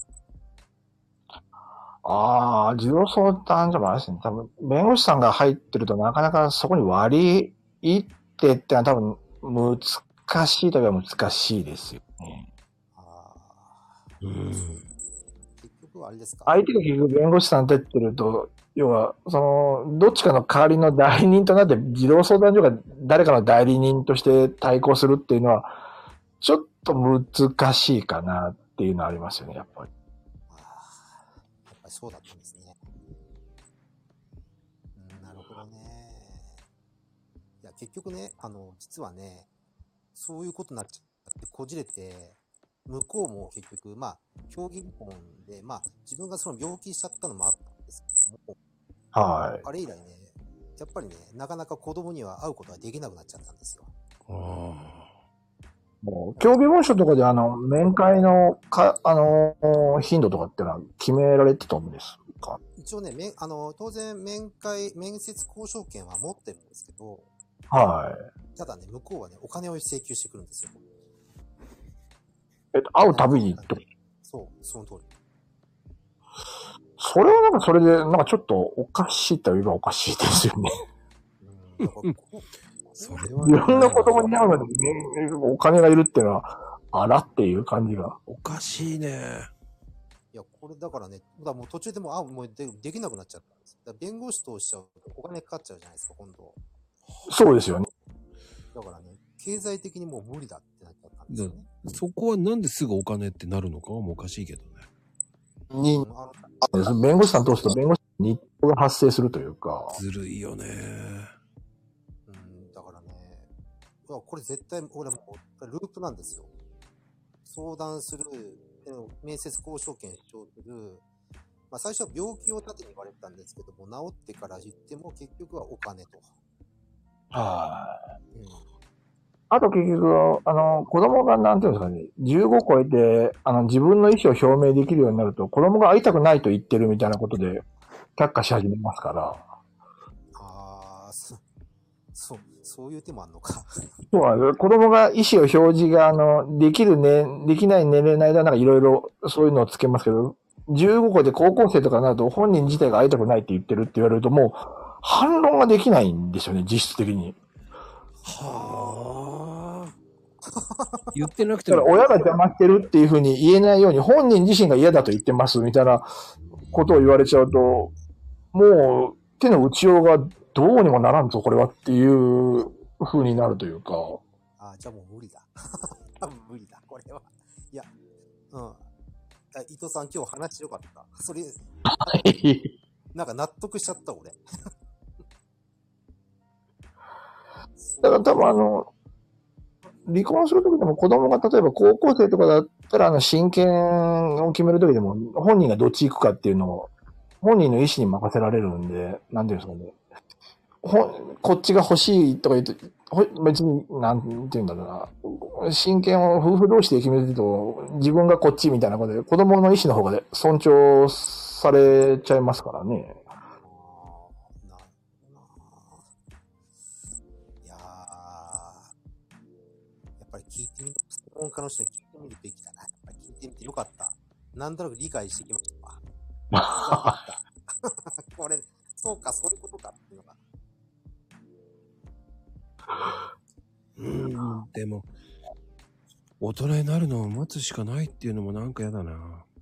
ああ、児童相談所もあれですね。多分、弁護士さんが入ってるとなかなかそこに割り入ってってのは多分難しいといえば難しいですよね。 ああ。 うん。 結局はあれですか。 相手が結局弁護士さん出てると、要は、その、どっちかの代わりの代理人となって児童相談所が誰かの代理人として対抗するっていうのは、ちょっと難しいかなっていうのはありますよね、やっぱり。 ああ。やっぱりそうだったんですね。 ほどね。いや、結局ね、あの、実はね、そういうことになっちゃって、こじれて、向こうも結局、まあ、競技離婚で、まあ、自分がその病気しちゃったのもあったんですけども、 はい。 あれ以来ね、やっぱりね、なかなか子供には会うことができなくなっちゃったんですよ。 ああ。 もう、競技文書とかであの、面会のか、あの、頻度とかってのは決められてたんですか？ 一応ね、面あの、当然面会、面接交渉権は持ってるんですけど、 はい。 ただね、向こうはね、お金を請求してくるんですよ。 えっと、会うたびにと。 そう、その通り。 それはなんかそれで、なんかちょっとおかしいと言えばおかしいですよね。 うん、だからこそれは自分の子供に会うのに、ね、お金がいるっていうのは、あらっていう感じが。 おかしいね。 いや、これだからね、だからもう途中でもう、あ、もうでできなくなっちゃったんです。だから弁護士通しちゃうとお金かかっちゃうじゃないですか、今度。 そうですよね。 だからね、経済的にもう無理だってなっちゃったんですよね。 そこはなんですぐお金ってなるのかはもうおかしいけどね。 にうん、あの弁護士さん通すと弁護士に日当が発生するというか。 ずるいよね。 うん、だからね、いやこれ絶対、俺もうループなんですよ。相談する、えー面接交渉権主張する、まあ最初は病気を盾に言われてたんですけども、治ってから言っても結局はお金と。 はい。 うん、 あと結局、あの、子供がなんていうんですかね、じゅうご超えて、あの、自分の意思を表明できるようになると、子供が会いたくないと言ってるみたいなことで、却下し始めますから。 ああ、そ、そう、そういう手もあんのか。 そうなんです。子供が意思を表示が、あの、できるね、できない年齢の間なんかいろいろそういうのをつけますけど、じゅうごこで高校生とかになると本人自体が会いたくないって言ってるって言われるともう反論ができないんですよね、実質的に。 はあ。言ってなくてだからも。 親が邪魔してるっていうふうに言えないように本人自身が嫌だと言ってますみたいなことを言われちゃうと、もう手の打ちようがどうにもならんぞ、これはっていうふうになるというか。 ああ、じゃあもう無理だ。多分無理だ、これは。いや、うん。伊藤さん今日話してよかった。それ、なんか納得しちゃった、俺。 だから多分あの、離婚するときでも子供が例えば高校生とかだったらあの親権を決めるときでも本人がどっち行くかっていうのを本人の意思に任せられるんで、なんていうんですかね。ほ、こっちが欲しいとか言うと、別に、なんていうんだろうな。親権を夫婦同士で決めると自分がこっちみたいなことで子供の意思の方が尊重されちゃいますからね。 聞いてみる、専門家の人に聞いてみるべきだな。やっぱり聞いてみてよかった。なんとなく理解してきましたわ。これ、そうか、そういうことかっていうのが。 うん、でも、大人になるのを待つしかないっていうのもなんかやだな。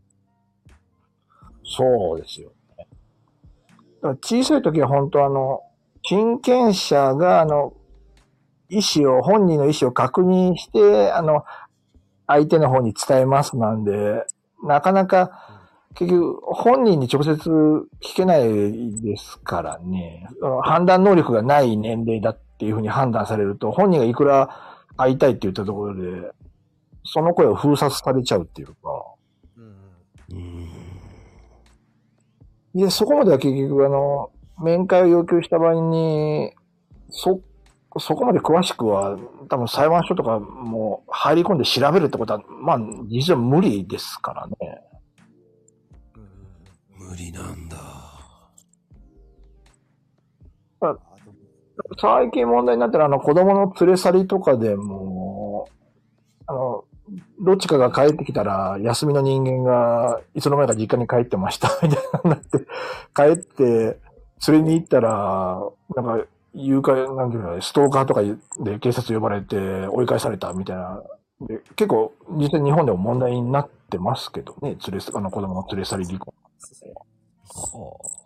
そうですよ。だから小さい時は本当あの、親権者があの、意思を、本人の意思を確認して、あの、相手の方に伝えますなんで、なかなか、結局、本人に直接聞けないですからね。判断能力がない年齢だっていうふうに判断されると、本人がいくら会いたいって言ったところで、その声を封殺されちゃうっていうか。うん。で、そこまでは結局、あの、面会を要求した場合に、そ、そこまで詳しくは、多分裁判所とかも入り込んで調べるってことは、まあ、実は無理ですからね。 無理なんだ。 最近問題になってるあの子供の連れ去りとかでも、あの、どっちかが帰ってきたら、休みの人間がいつの間にか実家に帰ってました、みたいなになって、帰って連れに行ったら、なんか、誘拐、なんていうか、ストーカーとかで警察呼ばれて追い返されたみたいな。で結構、実際日本でも問題になってますけどね、連れ、あの子供の連れ去り離婚。はあ。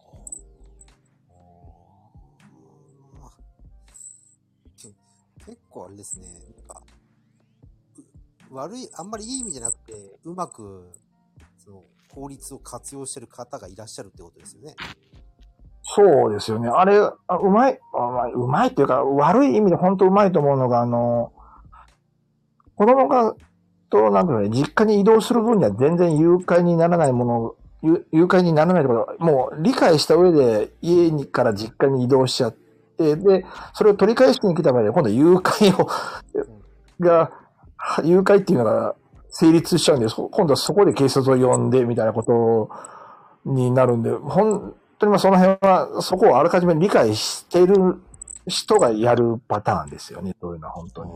結構あれですね、なんか、悪い、あんまりいい意味じゃなくて、うまく、その、法律を活用してる方がいらっしゃるってことですよね。 そうですよね。あれ、あうまい、あまあうまいっていうか、悪い意味で本当うまいと思うのが、あの、子供が、と、なんかね、実家に移動する分には全然誘拐にならないもの、誘誘拐にならないところ、もう理解した上で家にから実家に移動しちゃって、で、それを取り返しに来た場合で、今度誘拐を、が、誘拐っていうのが成立しちゃうんで、今度はそこで警察を呼んで、みたいなことになるんで、本当にまあその辺は、そこをあらかじめ理解している人がやるパターンですよね、そういうのは本当に。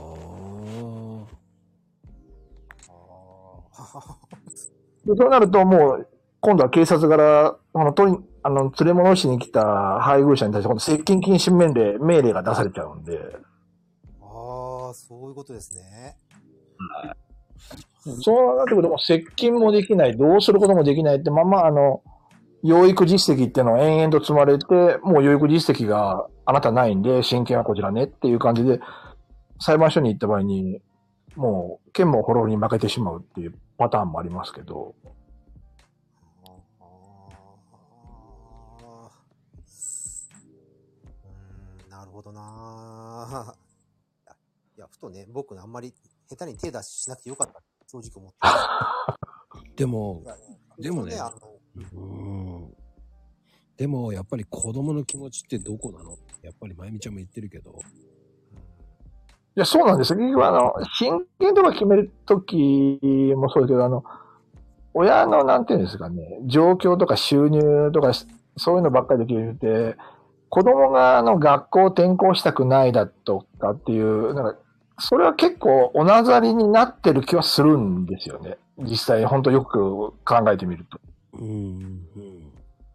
でそうなるともう、今度は警察から、あの、取り、あの、連れ戻しに来た配偶者に対して、今度接近禁止命令、命令が出されちゃうんで。 ああ、そういうことですね。 はい。そうなってくると、もう接近もできない、どうすることもできないってまま、あの、養育実績っていうのを延々と積まれて、もう養育実績があなたないんで、親権はこちらねっていう感じで、裁判所に行った場合に、もう、剣も滅ぼりに負けてしまうっていうパターンもありますけど。 うん、なるほどな。いや、ふとね、僕あんまり下手に手出しなくてよかった、正直思って。 でも、でもね、うん。でも、やっぱり子供の気持ちってどこなの？やっぱりまゆみちゃんも言ってるけど。 いや、そうなんですよ。結局あの、親権とか決めるときもそうですけど、あの、親のなんていうんですかね、状況とか収入とか、そういうのばっかりで決めて、子供があの学校転校したくないだとかっていう、なんか、それは結構おなざりになってる気はするんですよね。実際、本当よく考えてみると。 うん、うん。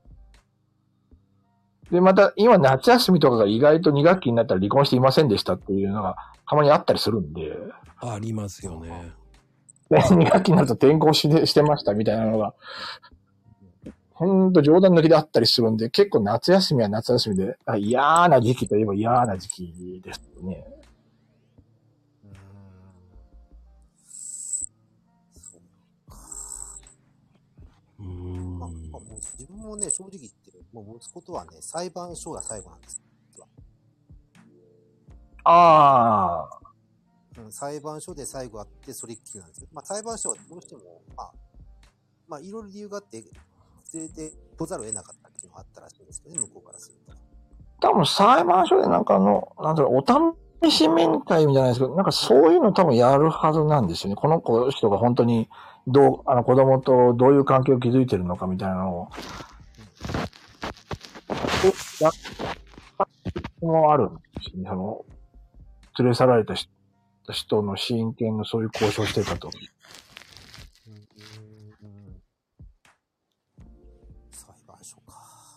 で、また、今夏休みとかが意外とに学期になったら離婚していませんでしたっていうのがたまにあったりするんで。 ありますよね。 で、に学期になると転校してしてましたみたいなのが、ほんと冗談抜きであったりするんで、結構夏休みは夏休みで、嫌な時期といえば嫌な時期ですね。 うん。まあ、もう自分もね、正直言って、もう息子とはね、裁判所が最後なんです。 ああ。 うん、裁判所で最後あって、それっきりなんですけど、まあ裁判所はどうしても、まあ、まあいろいろ理由があって、連れて来ざるを得なかったっていうのがあったらしいんですけどね、向こうからすると。 多分裁判所でなんかあの、なんだろう、お試し面会みたいなんですけど、なんかそういうの多分やるはずなんですよね。この子人が本当に、どう、あの子供とどういう関係を築いてるのかみたいなのを、え、やったもあるんですね。その、連れ去られた人の親権のそういう交渉してたと。 うんうんうん、裁判所か。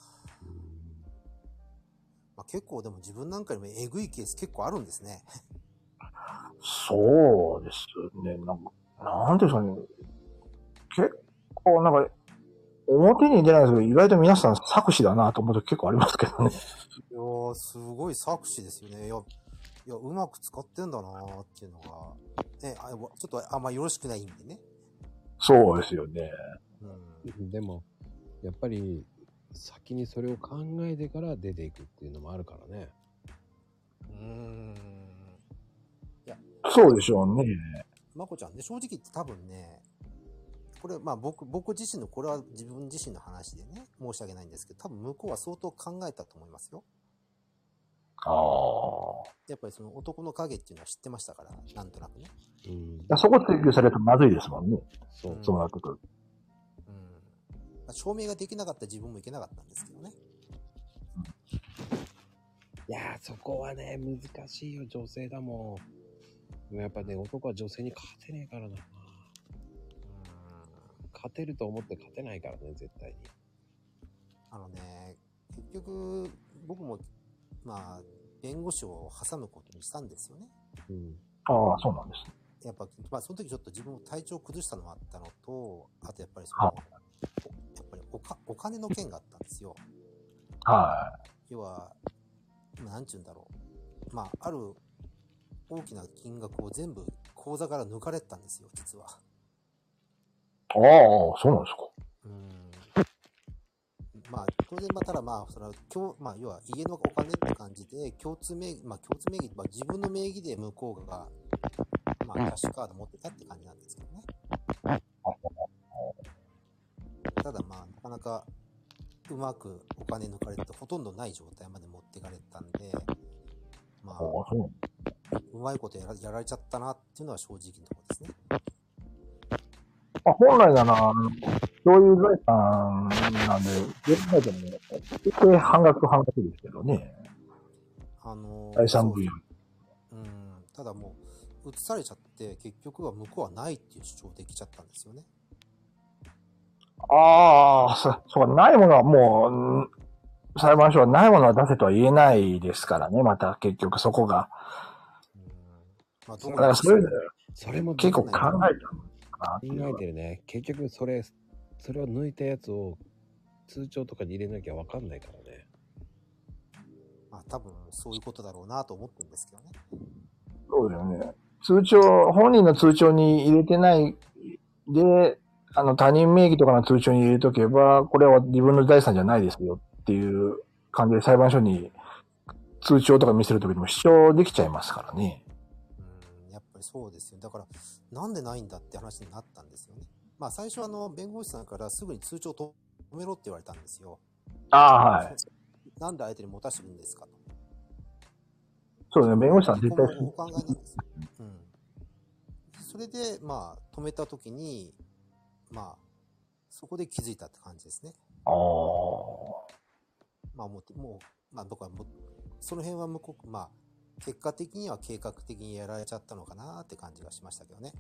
まあ、結構でも自分なんかにもえぐいケース結構あるんですね。 そうですね。なんか、なんですかね。結構なんか、表に出ないですけど、意外と皆さん作詞だなと思うと結構ありますけどね。 いやー、すごい作詞ですよね。いや、いや、うまく使ってんだなーっていうのが、ね、あちょっとあんまよろしくない意味でね。 そうですよね。 うん、でも、やっぱり、先にそれを考えてから出ていくっていうのもあるからね。 うーん。いや、 そうでしょうね。 まこちゃんね、正直言って多分ね、これ、まあ僕、僕自身の、これは自分自身の話でね、申し訳ないんですけど、多分向こうは相当考えたと思いますよ。 ああ。 やっぱりその男の影っていうのは知ってましたから、なんとなくね。 うん、そこ追求されるとまずいですもんね。そう、そうなってくる。 うん。まあ、証明ができなかった自分もいけなかったんですけどね。 いやー、そこはね、難しいよ、女性だもん。でもやっぱね、男は女性に勝てねえからな。勝てると思って勝てないからね、絶対に。 あのね、結局、僕も、まあ、弁護士を挟むことにしたんですよね。 うん、ああ、そうなんですね。 やっぱ、まあ、その時ちょっと自分も体調を崩したのもあったのと、あとやっぱりその、やっぱりおかお金の件があったんですよ。 はい。 要は、なんちゅうんだろう。まあ、ある大きな金額を全部口座から抜かれてたんですよ、実は。 ああ、そうなんですか。 うん。 まあ、当然、まあ、ただまあ、その、共まあ、要は家のお金って感じで、共通名義、まあ、共通名義、まあ、自分の名義で向こうが、まあ、キャッシュカード持ってたって感じなんですけどね。ただまあ、なかなか、うまくお金抜かれてほとんどない状態まで持ってかれたんで、まあ、うまいことやらやられちゃったなっていうのは正直なところですね。 まあ、本来なら、そういう財産なんで、やらないとね、結局半額半額ですけどね。 あのー、 財産分与。 うん。ただもう、移されちゃって、結局は向こうはないっていう主張できちゃったんですよね。 ああ、そ、そう、ないものはもう、裁判所はないものは出せとは言えないですからね、また結局そこが。 うん。まあ、どだこからそれ、 それも結構考えたのかなっていう考えてるね。結局それ、それを抜いたやつを通帳とかに入れなきゃわかんないからね。 まあ、多分そういうことだろうなと思ってるんですけどね。 そうだよね。通帳、本人の通帳に入れてないで、あの他人名義とかの通帳に入れとけば、これは自分の財産じゃないですよっていう感じで裁判所に通帳とか見せるときにも主張できちゃいますからね。 うん、やっぱりそうですよ。だから、なんでないんだって話になったんですよね。まあ、最初あの、弁護士さんからすぐに通帳止めろって言われたんですよ。 ああ、はい。 なんで相手に持たせてるんですかと。 そうですね。弁護士さん絶対お考えなんですよ。うん。それで、まあ、止めたときに、まあ、そこで気づいたって感じですね。 ああ。 まあ、もう、もう、まあ、僕はもう、その辺は向こう、まあ、結果的には計画的にやられちゃったのかなって感じがしましたけどね。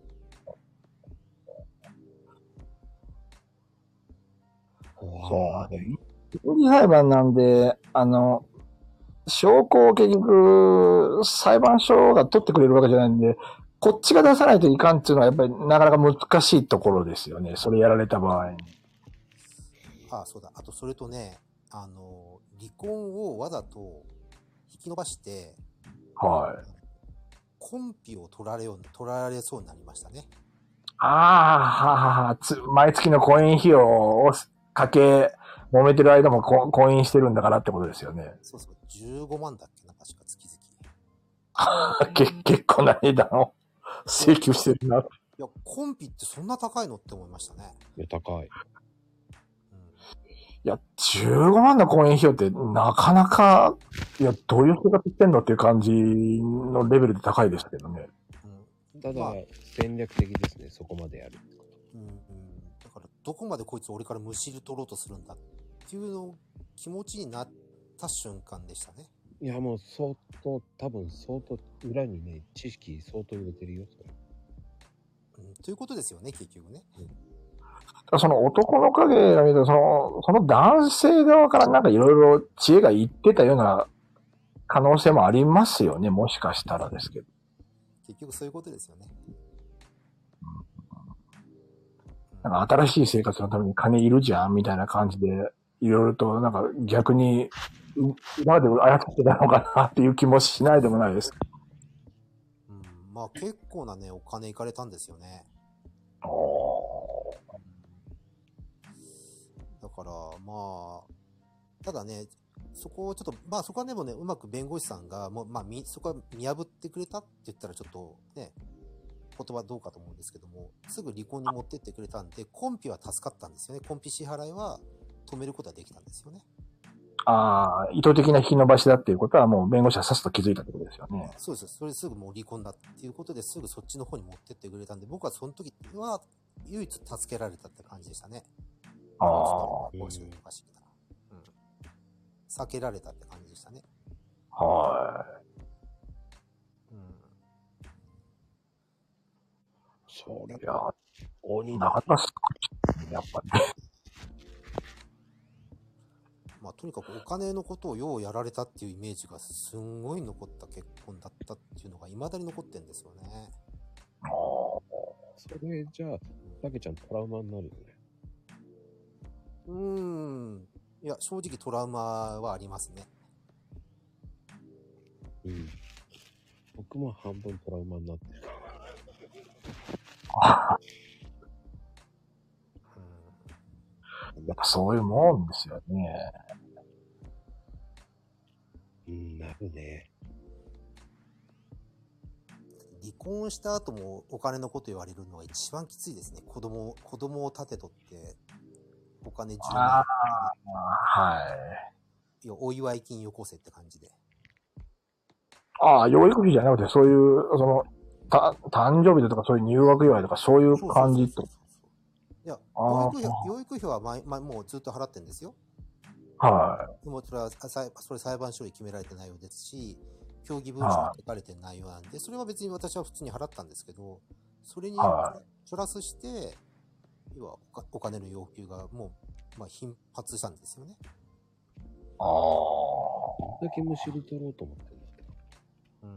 そう。民事裁判なんで、あの、証拠を結局、裁判所が取ってくれるわけじゃないんで、こっちが出さないといかんっていうのはやっぱりなかなか難しいところですよね。それやられた場合に。 ああ、そうだ。あと、それとね、あの、離婚をわざと引き延ばして、 はい。 コンピを取られよう、取られそうになりましたね。 ああ、はははつ、毎月の婚姻費用をかけ、揉めてる間もこ婚姻してるんだからってことですよね。 そうそう、じゅうごまんだっけな、確か月々。 け結構な値段を請求してるな。 いや、コンピってそんな高いのって思いましたね。 いや、高い。 うん、 いや、じゅうごまんの婚姻費用ってなかなか、いや、どういう生活してんのっていう感じのレベルで高いですけどね。 うん、 ただ、 まあ、 戦略的ですね、そこまでやるってこと。 うんうん、だから、どこまでこいつ俺からむしり取ろうとするんだっていうの気持ちになった瞬間でしたね。 いや、もう相当、多分相当、裏にね、知識相当入れてるよ、それ。 うん、ということですよね、結局ね。 うん、その男の影が見ると、その、その男性側からなんかいろいろ知恵が言ってたような可能性もありますよね、もしかしたらですけど。 結局そういうことですよね。 なんか新しい生活のために金いるじゃんみたいな感じで、いろいろとなんか逆に、今まで操ってたのかなっていう気もしないでもないです。 うん、まあ結構なね、お金いかれたんですよね。 おー。 だから、まあ、ただね、そこをちょっと、まあそこはでもね、うまく弁護士さんが、もうまあみ、そこは見破ってくれたって言ったらちょっとね、言葉どうかと思うんですけども、すぐ離婚に持ってってくれたんで、コンピは助かったんですよね。コンピ支払いは止めることはできたんですよね。 ああ、意図的な引き延ばしだっていうことはもう弁護士はさっさと気づいたってことですよね。 そうです。それですぐもう離婚だっていうことですぐそっちの方に持ってってくれたんで、僕はその時は唯一助けられたって感じでしたね。 ああ。 こうしておかしいな。うん。避けられたって感じでしたね。 はい。 うん。 それいや、 鬼だ。 なかなかすごいやっぱり。 まあ、とにかくお金のことをようやられたっていうイメージがすんごい残った結婚だったっていうのが未だに残ってんですよね。 ああ。 それじゃあ、たけちゃんトラウマになるよね。 うーん。いや、正直トラウマはありますね。 うん。僕も半分トラウマになってる。 うん。 やっぱそういうもんですよね。 うん、なるね。 離婚した後もお金のこと言われるのが一番きついですね。子供、子供を立てとって、お金じゅうまん。 ああ、はい。 いや、お祝い金よこせって感じで。 ああ、養育費じゃなくて、そういう、その、た、誕生日だとかそういう入学祝いとかそういう感じと。 いや、 あ養育費、養育費は前、前、もうずっと払ってるんですよ。 はでもそれは、さそれ裁判所に決められてないようですし、協議文書に書かれてる内容なんで、それは別に私は普通に払ったんですけど、それにプラスして、要はお金の要求がもう、まあ、頻発したんですよね。 ああ。 どんだけむしり取ろうと思ってるんですか。 うん。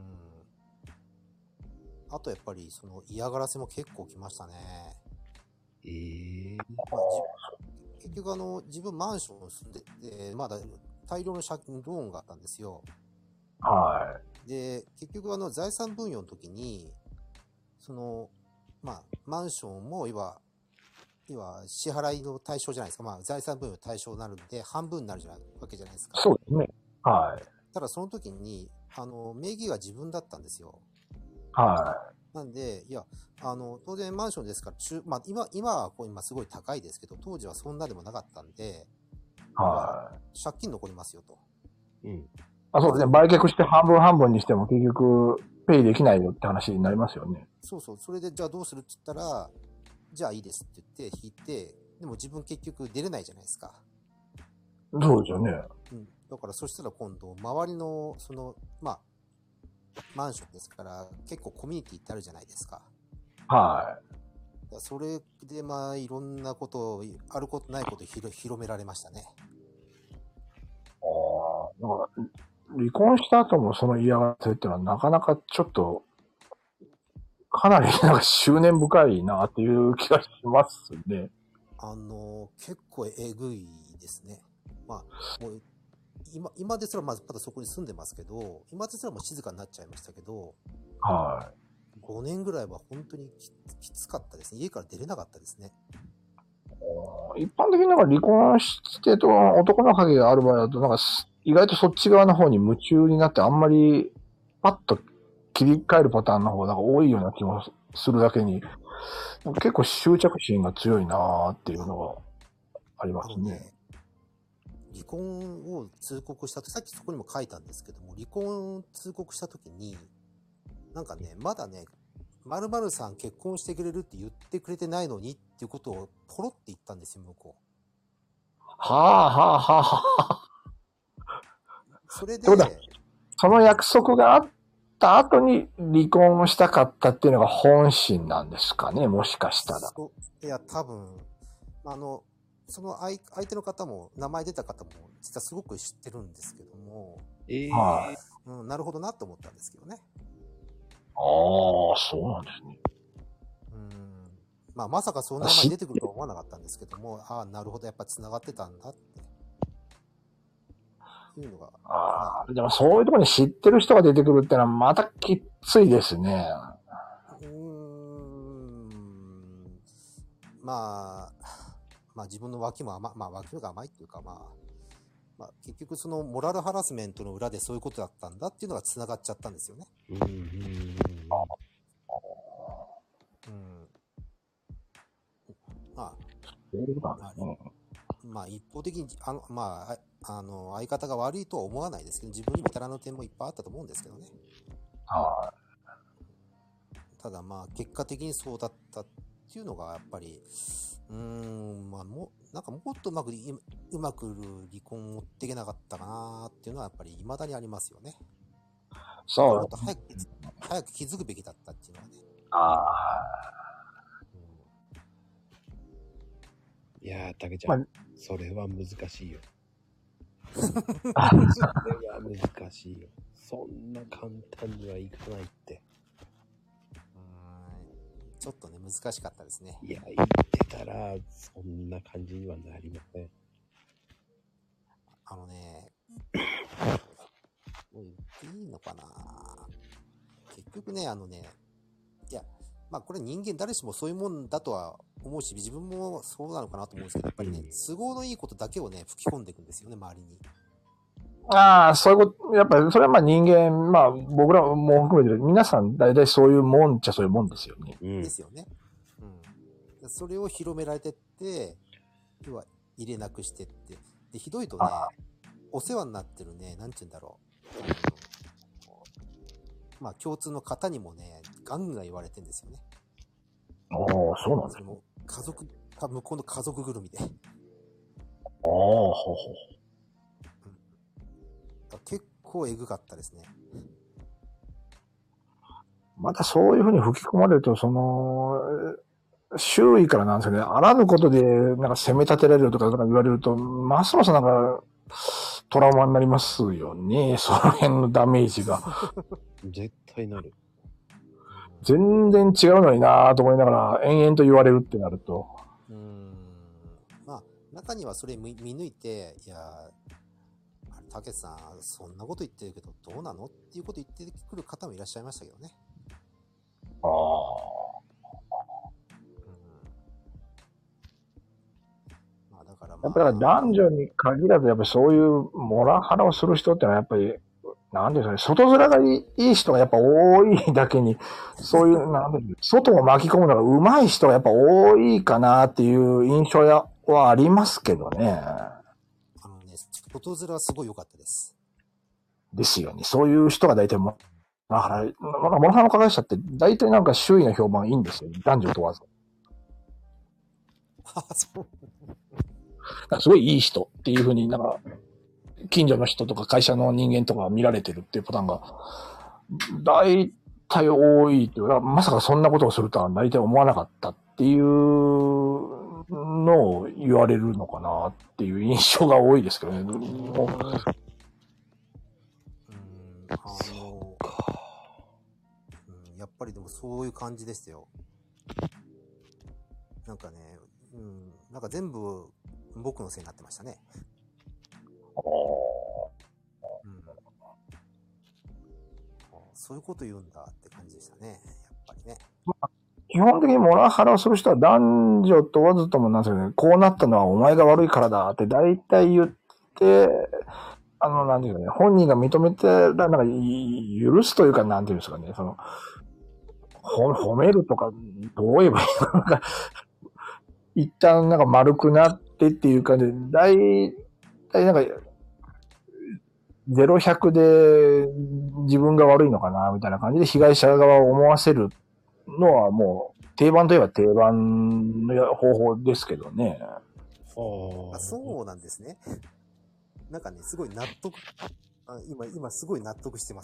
あとやっぱり、その嫌がらせも結構来ましたね。 ええー。 まあ、結局あの、自分マンションに住んでて、まだ大量の借金、ローンがあったんですよ。 はい。 で、結局あの、財産分与の時に、その、まあ、マンションも、いわ、いわ、支払いの対象じゃないですか。まあ、財産分与対象になるんで、半分になるじゃないわけじゃないですか。 そうですね。はい。 ただその時に、あの、名義が自分だったんですよ。 はい。 なんで、いや、あの、当然マンションですから、中、まあ、今、今はこう、今すごい高いですけど、当時はそんなでもなかったんで、 はい。 借金残りますよと。 うん。 あ、そうですね。売却して半分半分にしても結局、ペイできないよって話になりますよね。 そうそう。それで、じゃあどうするって言ったら、じゃあいいですって言って引いて、でも自分結局出れないじゃないですか。 そうですよね。 うん。だからそしたら今度、周りの、その、まあ、マンションですから、結構コミュニティってあるじゃないですか。 はい。 それで、まあ、いろんなことを、あることないことを広広められましたね。 ああ、だから、離婚した後もその嫌がらせっていうのはなかなかちょっと、かなりなんか執念深いなっていう気がしますね。 あの、結構えぐいですね。まあ、もう、今、今ですらまずまだそこに住んでますけど、今ですらもう静かになっちゃいましたけど、 はい。 ごねんぐらいは本当に き, きつかったですね。家から出れなかったですね。 一般的になんか離婚してと男の影がある場合だと、なんか意外とそっち側の方に夢中になってあんまりパッと切り替えるパターンの方が多いような気もするだけに、結構執着心が強いなーっていうのがありますね。ね離婚を通告したと、さっきそこにも書いたんですけども、離婚通告したときに、なんかね、まだね、〇〇さん結婚してくれるって言ってくれてないのにっていうことをポロって言ったんですよ、向こう。 はあはあはあはあ。 それで、 その約束があった後に離婚をしたかったっていうのが本心なんですかね、もしかしたら。 いや、多分、あの、その相相手の方も、名前出た方も、実はすごく知ってるんですけども、 ええーはい、うん、なるほどなと思ったんですけどね。 ああ、そうなんですね。 うん。まあ、まさかその名前出てくるとは思わなかったんですけども、ああ、なるほど、やっぱ繋がってたんだって。いうのが。 ああ、でもそういうところに知ってる人が出てくるってのはまたきついですね。 うーん。まあ、まあ自分の脇も甘い、まあ脇が甘いっていうかまあ、まあ結局そのモラルハラスメントの裏でそういうことだったんだっていうのが繋がっちゃったんですよね。 うんうんうんうん。 うん。まあ、 そういうことなんですね。 まあ一方的に、あの、まあ、あの、相方が悪いとは思わないですけど、自分にも至らぬ点もいっぱいあったと思うんですけどね。 はい。 ただまあ結果的にそうだったっていうのがやっぱり、うーん、まあもう、なんかもっとうまく、うまく離婚を持っていけなかったかなっていうのはやっぱり未だにありますよね。 そう。 もっと早く、早く気づくべきだったっていうのはね。 ああ。 いやー、たけちゃん、まあ、それは難しいよ。それは難しいよ。そんな簡単にはいかないって。 ちょっとね、難しかったですね。 いや、言ってたら、そんな感じにはなりません。 あのね、もう言っていいのかな。結局ね、あのね、いや、まあこれ人間誰しもそういうもんだとは思うし、自分もそうなのかなと思うんですけど、やっぱりね、都合のいいことだけをね、吹き込んでいくんですよね、周りに。 ああ、そういうこと、やっぱりそれはまあ人間、まあ僕らも含めて、皆さん大体そういうもんっちゃそういうもんですよね。 うん。 ですよね。うん。それを広められてって、要は入れなくしてって。で、ひどいとね、お世話になってるね、なんて言うんだろう。うん、まあ共通の方にもね、ガンガン言われてるんですよね。 ああ、そうなんですね。 それも家族、向こうの家族ぐるみで。ああ、 ほうほう。 結構エグかったですね。 またそういうふうに吹き込まれると、その、周囲からなんですよね。あらぬことで、なんか責め立てられるとか言われると、ますますなんか、トラウマになりますよね。その辺のダメージが。 絶対なる。 全然違うのになぁと思いながら、延々と言われるってなると。 うーん。まあ、中にはそれ見見抜いて、いや、あれ、たけしさん、そんなこと言ってるけど、どうなのっていうこと言ってくる方もいらっしゃいましたけどね。 ああ。 まあ、だからまあ。 やっぱり男女に限らず、やっぱりそういうモラハラをする人ってのはやっぱり、なんですかね、外面がいい人がやっぱ多いだけに、そういう、なんで外を巻き込むのが上手い人がやっぱ多いかなっていう印象はありますけどね。 あのね、外面はすごい良かったです。 ですよね。そういう人が大体も、だから、なんかモラハラの加害者って大体なんか周囲の評判いいんですよ。男女問わず。 ああ、そう。 すごいいい人っていうふうになんか、近所の人とか会社の人間とか見られてるっていうパターンが、大体多いっていうか、まさかそんなことをするとは大体思わなかったっていうのを言われるのかなっていう印象が多いですけどね。もううーん、あの、うん、やっぱりでもそういう感じですよ。なんかね、うん、なんか全部僕のせいになってましたね。うん、そういうこと言うんだって感じでしたね。やっぱりね。 基本的にモラハラをする人は男女問わずともなんですよね。こうなったのはお前が悪いからだって大体言って、あの、なんていうかね、本人が認めてら、なんか、許すというか、なんていうんですかね、その、ほ褒めるとか、どう言えばいいのか、一旦なんか丸くなってっていう感じで、大体なんか、ゼロひゃくで自分が悪いのかな、みたいな感じで被害者側を思わせるのはもう、定番といえば定番の方法ですけどね。 あ、そうなんですね。なんかね、すごい納得、あ今、今すごい納得してます。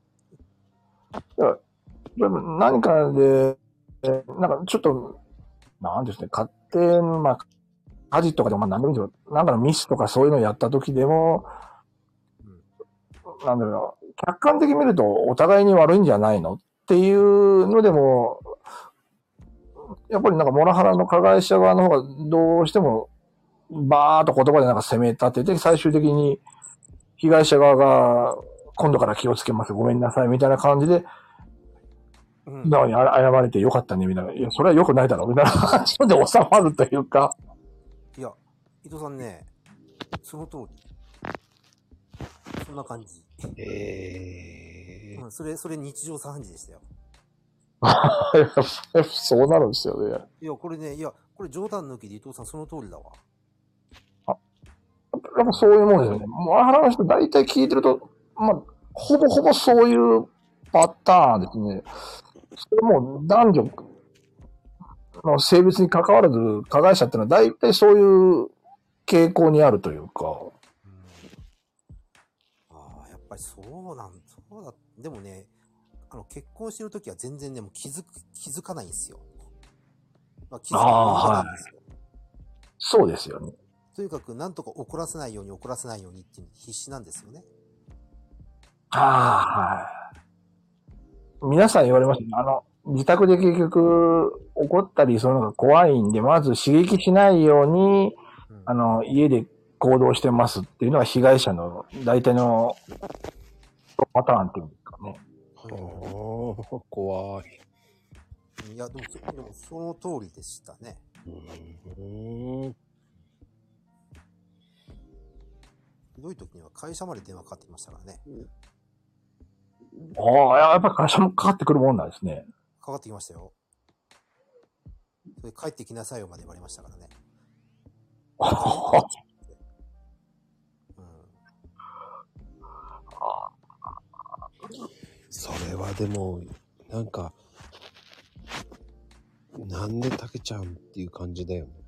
何かで、なんかちょっと、なんですね、家庭の、まあ、家事とかでもまあ何でもいいんですよ。なんかのミスとかそういうのをやった時でも、うん、なんだろう、客観的に見るとお互いに悪いんじゃないのっていうのでも、やっぱりなんかモラハラの加害者側の方がどうしてもバーっと言葉でなんか責め立てて、最終的に被害者側が今度から気をつけます、ごめんなさいみたいな感じで、うん、なのに謝れてよかったねみたいな。いや、それは良くないだろみたいな感じで収まるというか。 いや、伊藤さんね、その通り。そんな感じ。 えー。 うん、それ、それ日常茶飯事でしたよ。 そうなるんですよね。 いや、これね、いや、これ冗談抜きで伊藤さんその通りだわ。 あ、やっぱそういうもんですよね。モラハラの人大体聞いてると、まあ、ほぼほぼそういうパターンですね。それも男女の性別に関わらず、加害者ってのは大体そういう傾向にあるというか。うん、 ああ、やっぱりそうなん、そうだ。でもね、あの、結婚してるときは全然ね、もう気づく、気づかないんですよ。まあ、気づくものなんですよ。 そうですよね。 とにかく、なんとか怒らせないように怒らせないようにっていう必死なんですよね。 ああ、はい。皆さん言われますね。あの、自宅で結局怒ったりするのが怖いんで、まず刺激しないように、うん、あの、家で行動してますっていうのが被害者の大体のパターンっていうんですかね。 はあ、怖い。 いや、でもそ、でもその通りでしたね。 うーん。 ひどい時には会社まで電話かかってきましたからね。 ああ、やっぱり会社もかかってくるもんなんですね。 かかってきましたよ。それ帰ってきなさいよまで言われましたからね。うん、 それはでも、なんか、なんでたけちゃんっていう感じだよね。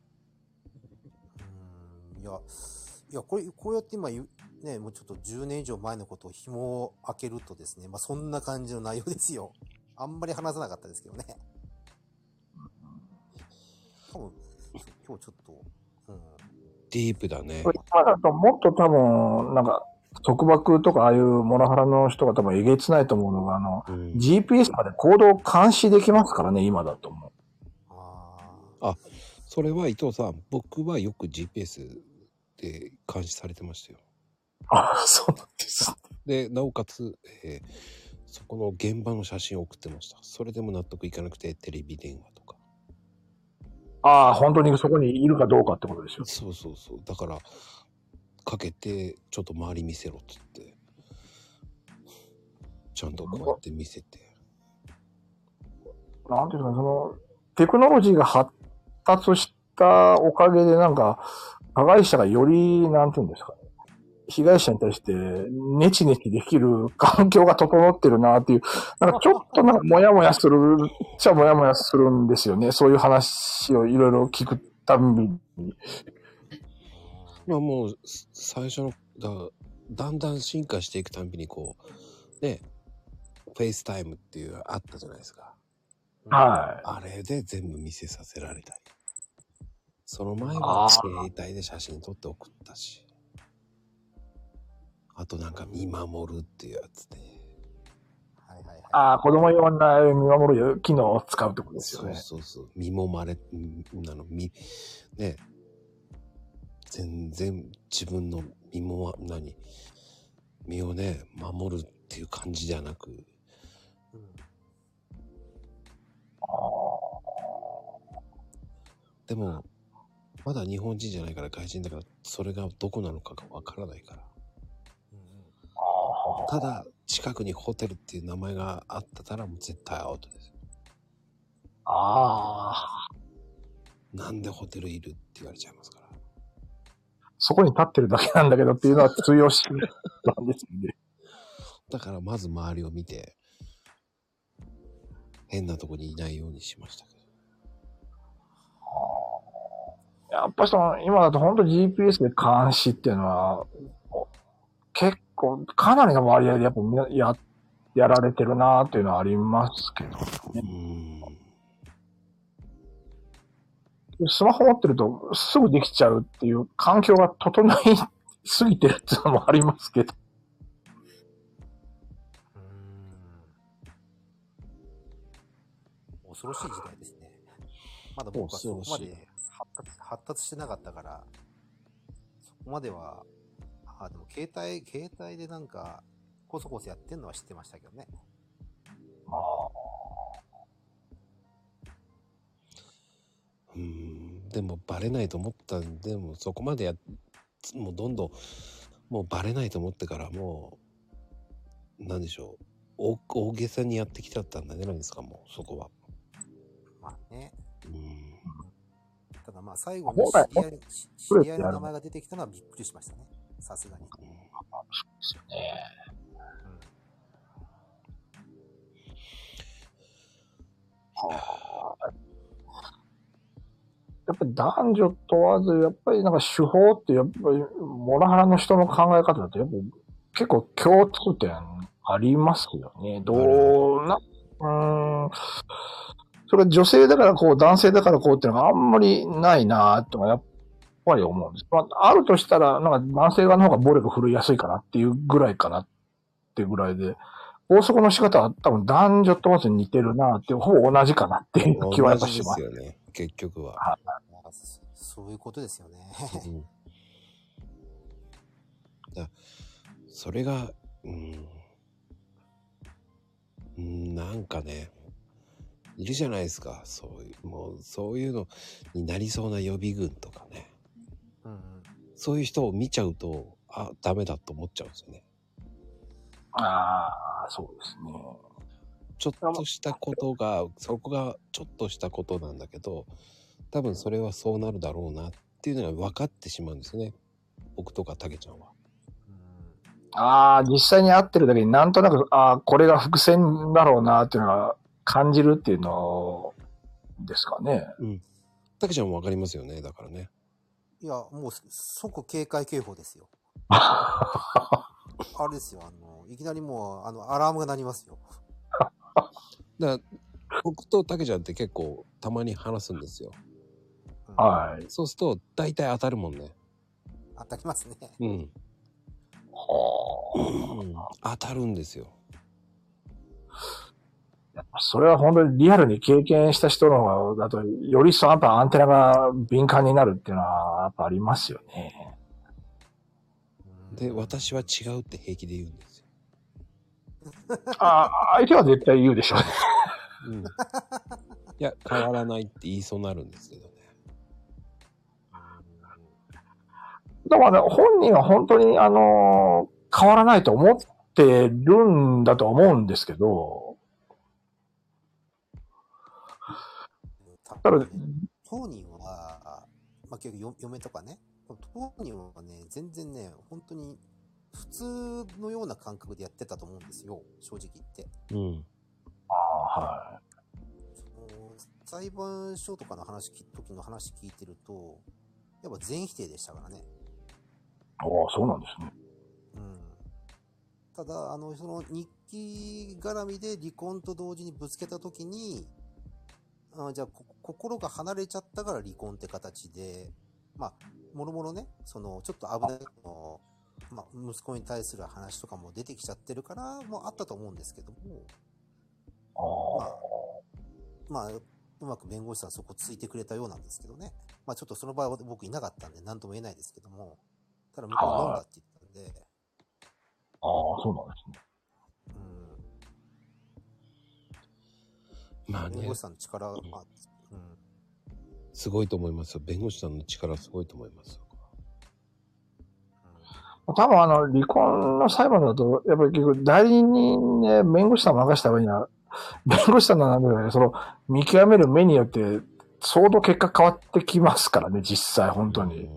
うん、いや、いや、これ、こうやって今言う、ね、もうちょっとじゅうねん以上前のことを紐を開けるとですね、まあそんな感じの内容ですよ。あんまり話さなかったですけどね。多分、今日ちょっと、うん。 ディープだね。 今だともっと多分、なんか、束縛とかああいうモラハラの人が多分えげつないと思うのが、あの、うん、ジーピーエス まで行動監視できますからね、今だと思う。 ああ、それは伊藤さん、僕はよく ジーピーエス で監視されてましたよ。 ああ、そうなんです。 で、なおかつ、えー、そこの現場の写真を送ってました。それでも納得いかなくて、テレビ電話とか。 ああ、本当にそこにいるかどうかってことですよ。 そうそうそう。だから、かけて、ちょっと周り見せろっつって。ちゃんとこうやって見せて。 なんていうか、その、テクノロジーが発達したおかげで、なんか、加害者がより、なんていうんですかね。被害者に対して、ネチネチできる環境が整ってるなっていう、なんかちょっとなんかモヤモヤするっちゃモヤモヤするんですよね。そういう話をいろいろ聞くたんびに。 まあもう、最初の、だ、だんだん進化していくたんびにこう、ね、フェイスタイムっていうあったじゃないですか。 はい。 あれで全部見せさせられたり。その前は携帯で写真撮って送ったし。あとなんか見守るっていうやつで。 はいはいはい。 ああ、子供用な見守る機能を使うってことですよね。 そうそうそう。見もまれ、あの、見、ね。全然自分の身も、何身をね、守るっていう感じじゃなく。うん、でも、まだ日本人じゃないから外人だから、それがどこなのかがわからないから。ただ近くにホテルっていう名前があってたらもう絶対アウトです。 ああ。 なんでホテルいるって言われちゃいますから。 そこに立ってるだけなんだけどっていうのは通用しなんですね。 だからまず周りを見て変なとこにいないようにしましたけど。 やっぱりその今だと本当 ジーピーエス で監視っていうのは結構かなりの割合でやっぱややられてるなーっていうのはありますけどね。うん、スマホ持ってるとすぐできちゃうっていう環境が整いすぎてるっていうのもありますけど。 うーん。恐ろしい時代ですね。まだ僕はそこまで発達、発達してなかったから、そこまでは、あ、でも携帯、携帯でなんか、コソコソやってんのは知ってましたけどね。 ああ。 うーん、でもバレないと思ったんで、もそこまでや、もうどんどん、もうバレないと思ってからもう、なんでしょう、大、大げさにやってきちゃったんじゃないですか、もう、そこは。 まあね。 うん。 ただまあ最後に知り合い、知り合いの名前が出てきたのはびっくりしましたね。さすがに。うん、そうですよね。 うん。はあ。やっぱり男女問わず、やっぱりなんか手法ってやっぱりモラハラの人の考え方だとやっぱ結構共通点ありますよね。どうな、うーん。それ女性だからこう、男性だからこうっていうのがあんまりないなーってのはやっぱり思うんです。まあ、あるとしたら、なんか男性側の方が暴力振るいやすいかなっていうぐらいかなっていうぐらいで、拘束の仕方は多分男女問わずに似てるなっていう、ほぼ同じかなっていう気はやっぱします。 同じですよね、結局は。 はそういうことですよね。うん、 だそれが、うん、うん、なんかね、 いるじゃないですか。そういう、もう、そういうのになりそうな予備軍とかね。 うんうん。 そういう人を見ちゃうと、あ、ダメだと思っちゃうんですよね。 ああ、そうですね。 ちょっとしたことが、そこがちょっとしたことなんだけど、多分それはそうなるだろうなっていうのは分かってしまうんですね。僕とかたけちゃんは。 ああ、実際に会ってるだけになんとなく、ああ、これが伏線だろうなっていうのが感じるっていうのですかね。 うん。たけちゃんも分かりますよね、だからね。 いや、もう即警戒警報ですよ。あれですよ、あの、いきなりもう、あの、アラームが鳴りますよ。 だから僕とたけちゃんって結構たまに話すんですよ。 うん、 はい。 そうすると大体当たるもんね。 当たりますね。 うん。 はうん、当たるんですよ。 それは本当にリアルに経験した人の方だと、よりそうやっぱアンテナが敏感になるっていうのはやっぱありますよね。 で、私は違うって平気で言うんですよ。 ああ、相手は絶対言うでしょうね。 うん。いや、変わらないって言いそうになるんですけどね。 だからね、本人は本当にあの、変わらないと思ってるんだと思うんですけど、 ただ、当人は、まあ、結局嫁とかね、当人はね、全然ね、本当に普通のような感覚でやってたと思うんですよ、正直言って。 うん。 ああ、はい。 裁判所とかの話、時の話聞いてると、やっぱ全否定でしたからね。 ああ、そうなんですね。 うん。ただ、あの、その日記絡みで離婚と同時にぶつけた時に、あじゃあこ、心が離れちゃったから離婚って形で、まあ、もろもろね、その、ちょっと危ないの、まあ、息子に対する話とかも出てきちゃってるから、もうあったと思うんですけども、まあ、まあ、うまく弁護士さんそこついてくれたようなんですけどね。まあちょっとその場合は僕いなかったんで何とも言えないですけども、ただ向こう飲んだって言ったんで。 ああ、そうなんですね。 うん。 まあね。 弁護士さんの力、まあ、うん。 すごいと思いますよ。弁護士さんの力すごいと思いますよ。 多分あの、離婚の裁判だと、やっぱり結局代理人ね、弁護士さん任せた場合には、弁護士さんのなんだろうね、その、見極める目によって、相当結果変わってきますからね、実際、本当に。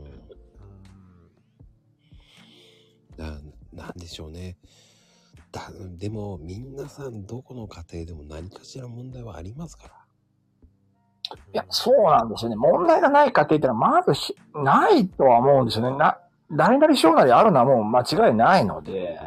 な、なんでしょうね。だ、でも、皆さんどこの家庭でも何かしら問題はありますから。 いや、そうなんですよね。問題がない家庭ってのは、まずひ、ないとは思うんですよね。な、誰なり小なりあるのはもう間違いないので。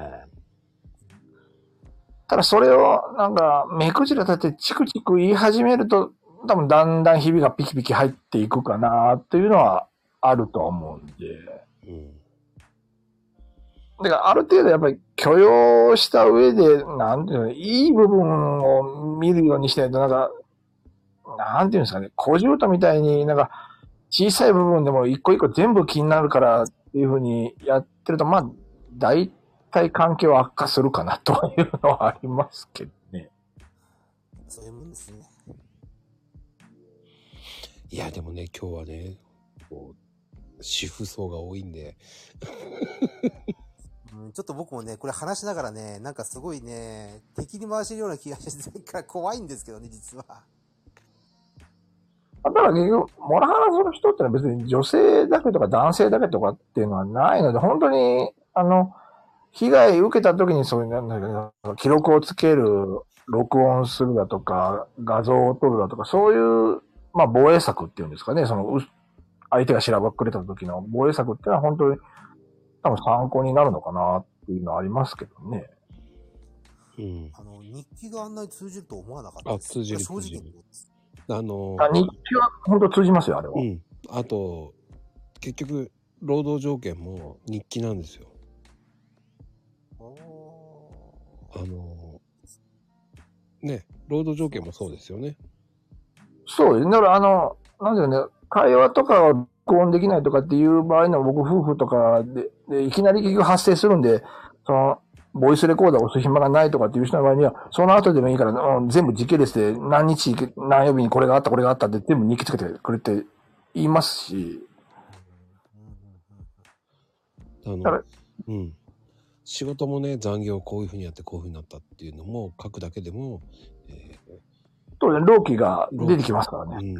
ただそれを、なんか、目くじら立ててチクチク言い始めると、多分だんだんひびがピキピキ入っていくかなっていうのはあると思うんで。うん。だからある程度やっぱり許容した上で、なんていうの、いい部分を見るようにしないと、なんか、なんていうんですかね、小獣みたいになんか、小さい部分でも一個一個全部気になるからっていうふうにやってると、まあ、大体関係は悪化するかなというのはありますけどね。 そういうもんですね。 いや、でもね、今日はね、こう、主婦層が多いんで。 うん、ちょっと僕もね、これ話しながらね、なんかすごいね、敵に回してるような気がしてるから怖いんですけどね、実は。 だから結局、モラハラする人ってのは別に女性だけとか男性だけとかっていうのはないので、本当に、あの、被害受けた時にそういう、なんだけど、記録をつける、録音するだとか、画像を撮るだとか、そういう、まあ防衛策っていうんですかね、その、相手がしらばっくれた時の防衛策っていうのは本当に多分参考になるのかなっていうのはありますけどね。 うん。 あの、日記があんなに通じると思わなかったです。 あ、通じる正直通じる。あのー、あ、日記は本当通じますよ、あれは。 うん。あと、結局、労働条件も日記なんですよ。あの、ね、労働条件もそうですよね。 そうです。だからあの、なんだよね、会話とかを録音できないとかっていう場合の僕夫婦とかで、でいきなり結局発生するんで、その、 ボイスレコーダーを押す暇がないとかっていう人の場合には、その後でもいいから、うん、全部時系列で何日、何曜日にこれがあった、これがあったって全部日記つけてくれって言いますし。 あの、うん。仕事もね、残業こういうふうにやってこういうふうになったっていうのも書くだけでも、えー、 当然、労基が出てきますからね。うん、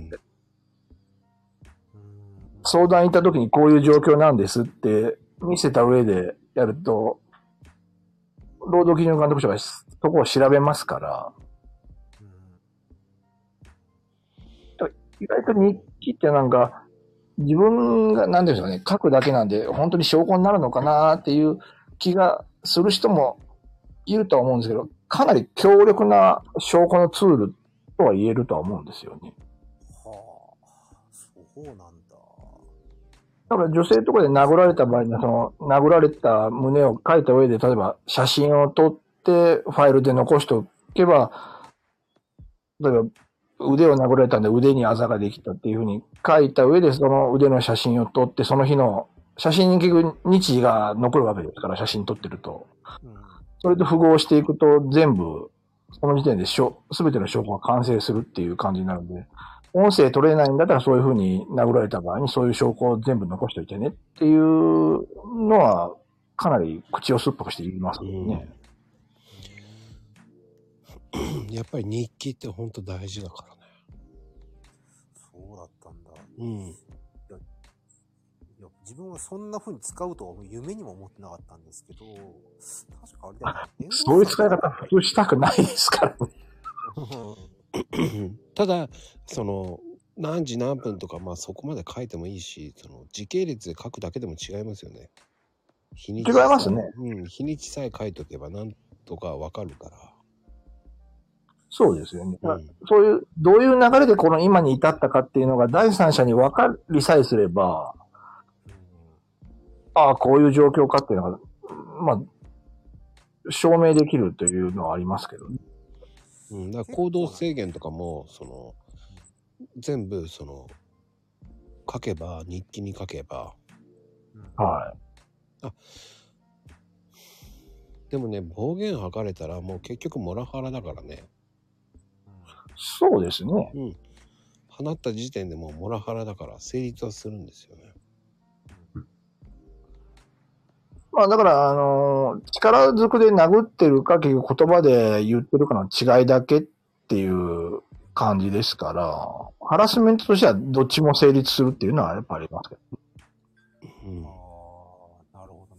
相談行った時にこういう状況なんですって見せた上でやると、労働基準監督署がそこを調べますから、うん、意外と日記ってなんか、自分が何でしょうね、書くだけなんで本当に証拠になるのかなっていう気がする人もいるとは思うんですけど、かなり強力な証拠のツールとは言えるとは思うんですよね。 はあ、そうなんだ。 だから女性とかで殴られた場合には、その殴られた胸を書いた上で、例えば写真を撮ってファイルで残しておけば、例えば腕を殴られたんで腕にあざができたっていうふうに書いた上で、その腕の写真を撮って、その日の写真に結局日時が残るわけですから、写真撮ってると。それと符合していくと全部、その時点ですべての証拠が完成するっていう感じになるんで、音声取れないんだったらそういうふうに殴られた場合にそういう証拠を全部残しておいてねっていうのはかなり口を酸っぱくして言いますね。 うん、やっぱり日記って本当大事だからね。 そうだったんだ。 うん。いや、いや自分はそんな風に使うとは夢にも思ってなかったんですけど、確かあれだよね。 そういう使い方普通したくないですからね。 ただその何時何分とかまあそこまで書いてもいいし、その時系列で書くだけでも違いますよね。日にち違いますね。 うん、日にちさえ書いとけばなんとかわかるから。 そうですよね。うん、そういうどういう流れでこの今に至ったかっていうのが第三者に分かりさえすれば、ああこういう状況かっていうのがまあ証明できるというのはありますけどね。 うん、だから行動制限とかもその全部その書けば日記に書けば、 はい。 あ、でもね暴言吐かれたらもう結局モラハラだからね。 そうですね。 うん。放った時点でもうモラハラだから成立はするんですよね。 まあだから、あのー、力ずくで殴ってるか、結局言葉で言ってるかの違いだけっていう感じですから、ハラスメントとしてはどっちも成立するっていうのはやっぱりありますけど、 うん。 ああ、なるほど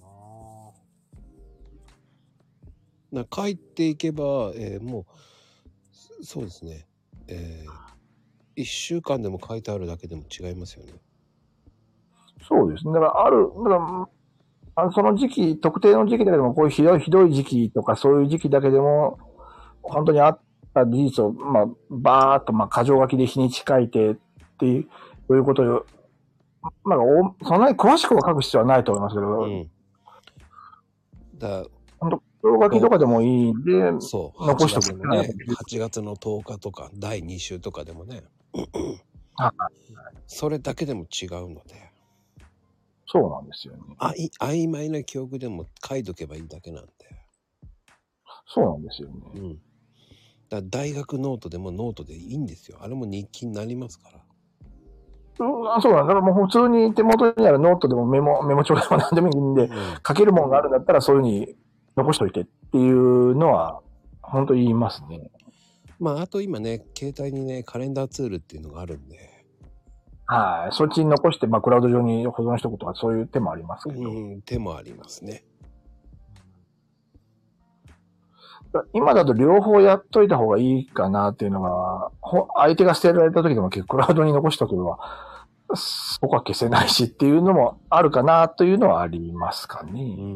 な。な書いていけば、えー、もう、そうですね。えー、一週間でも書いてあるだけでも違いますよね。 そうですね。だからある、だからあその時期、特定の時期だけでも、こういうひどい、ひどい時期とか、そういう時期だけでも、本当にあった事実を、まあ、バーっと、まあ、箇条書きで日にち書いてっていう、そういうことを、まあ、そんなに詳しくは書く必要はないと思いますけど、うん、 だ本当、箇条書きとかでもいいんで、 そう、 残しておく、 ね。はちがつのとおかとか、だいに週とかでもね、それだけでも違うので。 そうなんですよね。 あい曖昧な記憶でも書いとけばいいだけなんで。 そうなんですよね。 うん。だ大学ノートでもノートでいいんですよ。あれも日記になりますから。 うん、あそうなんだ。だからもう普通に手元にあるノートでもメモ、メモ帳でも何でもいいんで、うん、書けるものがあるんだったらそういうふうに残しといてっていうのは、本当に言いますね。 まあ、あと今ね、携帯にね、カレンダーツールっていうのがあるんで。 はい。そっちに残して、まあ、クラウド上に保存しておくとか、そういう手もありますけど。 うん、手もありますね。 今だと両方やっといた方がいいかなっていうのが、相手が捨てられた時でも結構クラウドに残しておけば、そこは消せないしっていうのもあるかなというのはありますかね。うん。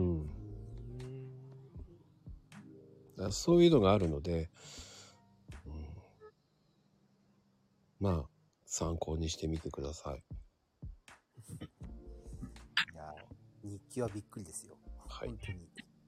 だそういうのがあるので、うん、まあ、参考にしてみてください。 いや、日記はびっくりですよ。はい。本当に。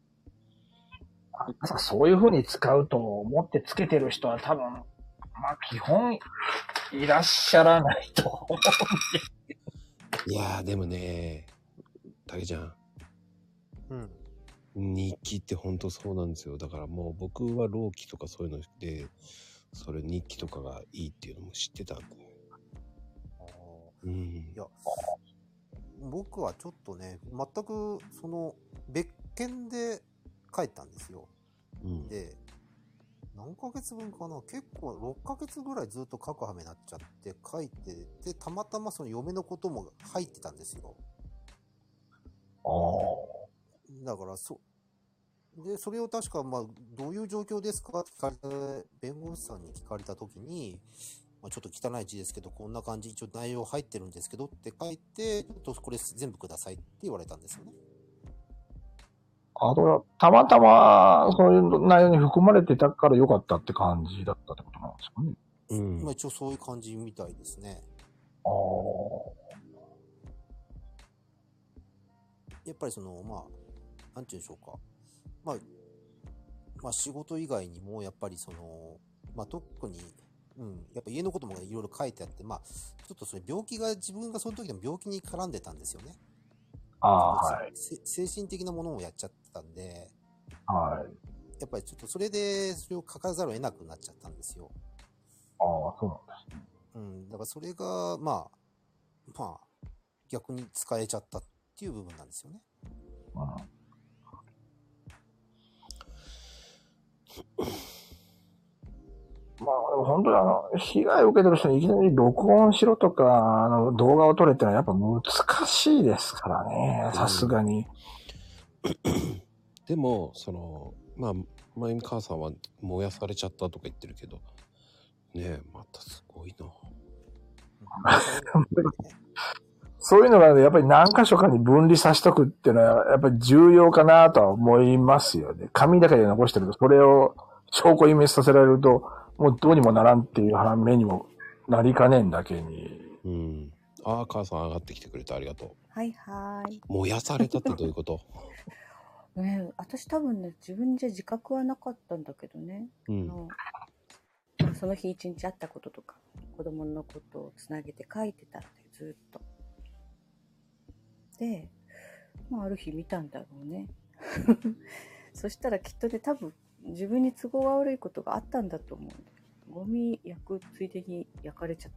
そういう風に使うと思ってつけてる人は多分、まあ基本いらっしゃらないと思うんで。 いやーでもね、たけちゃん。 うん。 日記ってほんとそうなんですよ。だからもう僕は朗記とかそういうので、それ日記とかがいいっていうのも知ってたんで。 あうん。 いや、僕はちょっとね、全くその別件で帰ったんですよ。 うん。 で、何ヶ月分かな、結構ろっかげつぐらいずっと書くはめになっちゃって書いて、で、たまたまその嫁のことも入ってたんですよ。 ああ。 だからそ、で、それを確か、まあ、どういう状況ですかって聞かれて、弁護士さんに聞かれたときに、まあ、ちょっと汚い字ですけど、こんな感じ、一応内容入ってるんですけどって書いて、ちょっとこれ全部くださいって言われたんですよね。 あと、たまたま、そういう内容に含まれてたから良かったって感じだったってことなんですかね。 うん。 まあ、一応そういう感じみたいですね。 ああ。 やっぱりその、まあ、なんていうんでしょうか。まあ、まあ、仕事以外にも、やっぱりその、まあ、特に、うん、やっぱ家のこともいろいろ書いてあって、まあ、ちょっとそれ病気が、自分がその時の病気に絡んでたんですよね。 ああ、はい。 精神的なものをやっちゃったんで、 はい。 やっぱりちょっとそれで、それを書かざるを得なくなっちゃったんですよ。 ああ、そうなんですね。 うん、だからそれが、まあ、まあ、逆に使えちゃったっていう部分なんですよね。 うん。まあ、でも本当にあの、被害を受けてる人にいきなり録音しろとか、あの、動画を撮れってのはやっぱ難しいですからね、さすがに。 でも、その、まあ、前に母さんは燃やされちゃったとか言ってるけど、ねえ、またすごいな。 そういうのが、ね、やっぱり何箇所かに分離させとくっていうのは、やっぱり重要かなとは思いますよね。紙だけで残してると、それを証拠隠滅させられると、もうどうにもならんっていう目にもなりかねんだけに。 うん。ああ、母さん上がってきてくれてありがとう。 はいはーい。 燃やされたってどういうことねえ、私多分ね、自分じゃ自覚はなかったんだけどね。 うん。 あのその日一日あったこととか、子供のことをつなげて書いてたんで、ずっと。で、まあ、ある日見たんだろうね。そしたらきっとね、多分自分に都合が悪いことがあったんだと思うんだよ。ゴミ焼くついでに焼かれちゃった。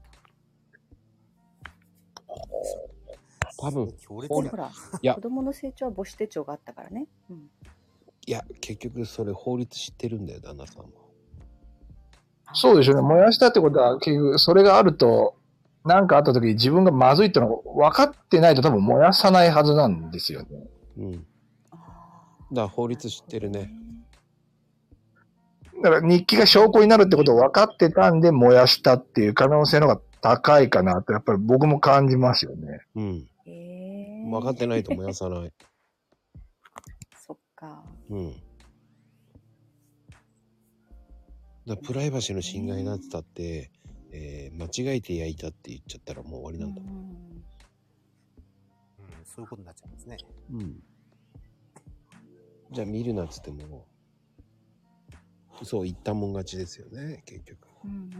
多分、 でほら、 いや子供の成長は母子手帳があったからね。うん、 いや、結局それ法律知ってるんだよ、旦那さんも。 そうでしょうね。燃やしたってことは、結局、それがあると、何かあった時に自分がまずいってのが分かってないと多分燃やさないはずなんですよね。 うん。だから法律知ってるね。 だから日記が証拠になるってことを分かってたんで燃やしたっていう可能性の方が高いかなと、やっぱり僕も感じますよね。 うん。分かってないと燃やさない。 そっか。 うん。だプライバシーの侵害になってたって、えー、間違えて焼いたって言っちゃったらもう終わりなんだもん。うん、 うん、そういうことになっちゃうんですね。 うん。じゃあ見るなっつっても、そう言ったもん勝ちですよね、結局。 うんうんうん。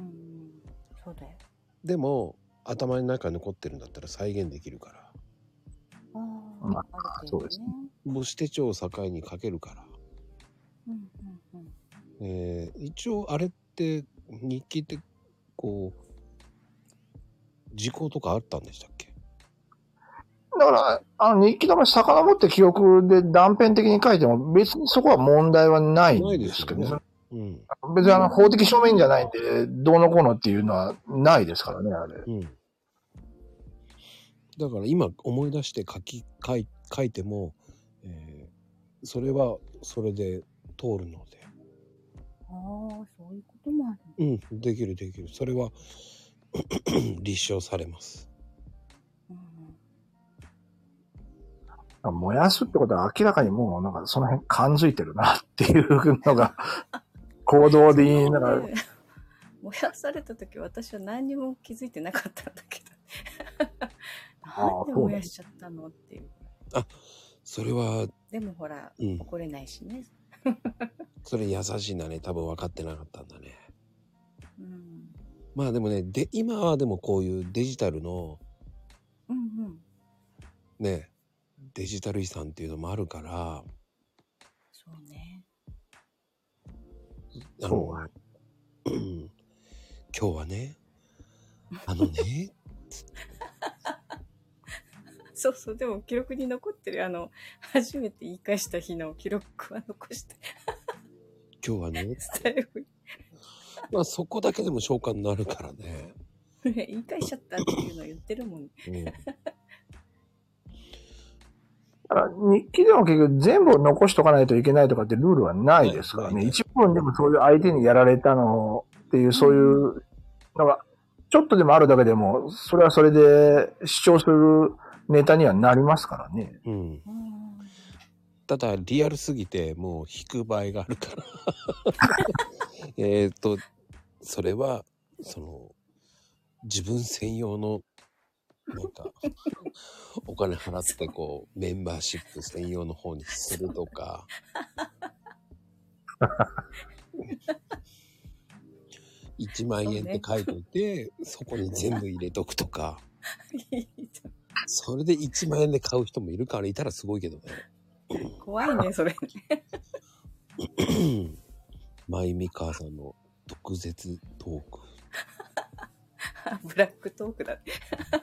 そうだよ。 でも頭の中に残ってるんだったら再現できるから。 ああ、 まあ、そうですね。 母子手帳を境に書けるから。 うんうんうん。 えー、一応あれって日記ってこう時効とかあったんでしたっけ？ だから、あの日記とか遡って記憶で断片的に書いても別にそこは問題はないんですけどね。ね、うん、別にあの法的書面じゃないんで、どうのこうのっていうのはないですからね、あれ。 うん。だから今思い出して書き、書い、書いても、えー、それはそれで通るので。 ああ、そういうこともある。うん、できるできる。それは立証されます。 うん、燃やすってことは明らかにもうなんかその辺感づいてるなっていうのが行動で言いながら。 燃やされた時私は何にも気づいてなかったんだけどなんで燃やしちゃったのっていう。 あ、それは。 でもほら、うん、怒れないしね。 それ優しいんだね。多分分かってなかったんだね。うん、まあでもね、で、今はでもこういうデジタルの、 うんうん、 ね、デジタル遺産っていうのもあるから、 そうね。 あの、 そううん、今日はね、あのね、 そうそう、でも記録に残ってる、あの、初めて言い返した日の記録は残して、 今日はね、 スタイルまあそこだけでも消化になるからね。 言い返しちゃったっていうのを言ってるもん。 うん、 だから日記でも結局全部残しとかないといけないとかってルールはないですからね。 ないない一部分でもそういう相手にやられたのっていう、そういうのが、ちょっとでもあるだけでも、それはそれで主張するネタにはなりますからね。 うん。 うんただリアルすぎてもう引く場合があるからえっとそれはその自分専用のなんかお金払ってこうメンバーシップ専用の方にするとかいちまん円って書いといて そ,、ね、そこに全部入れとくとかそれでいちまん円で買う人もいるからいたらすごいけどね。 怖いね、それね。 まゆみ母さんの毒舌トーク。 ブラックトークだね。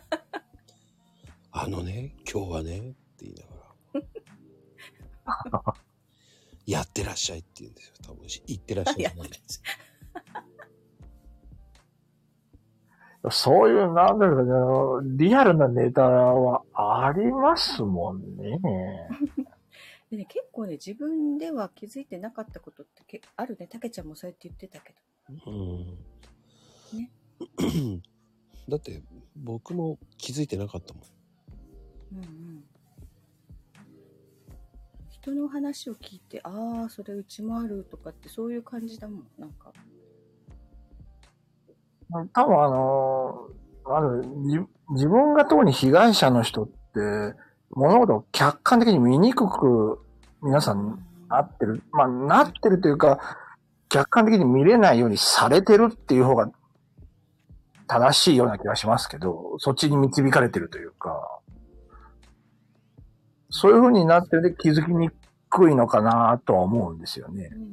あのね、今日はね、って言いながら。やってらっしゃいって言うんですよ。多分、言ってらっしゃいじゃない。 そういう、なんだろうね、リアルなネタはありますもんね。 でね、結構ね、自分では気づいてなかったことってけあるね。たけちゃんもそうやって言ってたけど。 うん。 ね。 だって、僕も気づいてなかったもん。 うんうん。人の話を聞いて、ああ、それうちもあるとかって、そういう感じだもん。なんか。 多分あの、ある、自分が特に被害者の人って、物事を客観的に見にくく皆さんなってる。まあ、なってるというか、客観的に見れないようにされてるっていう方が正しいような気がしますけど、そっちに導かれてるというか、そういう風になってるで気づきにくいのかなとは思うんですよね。 うんうんうんうん。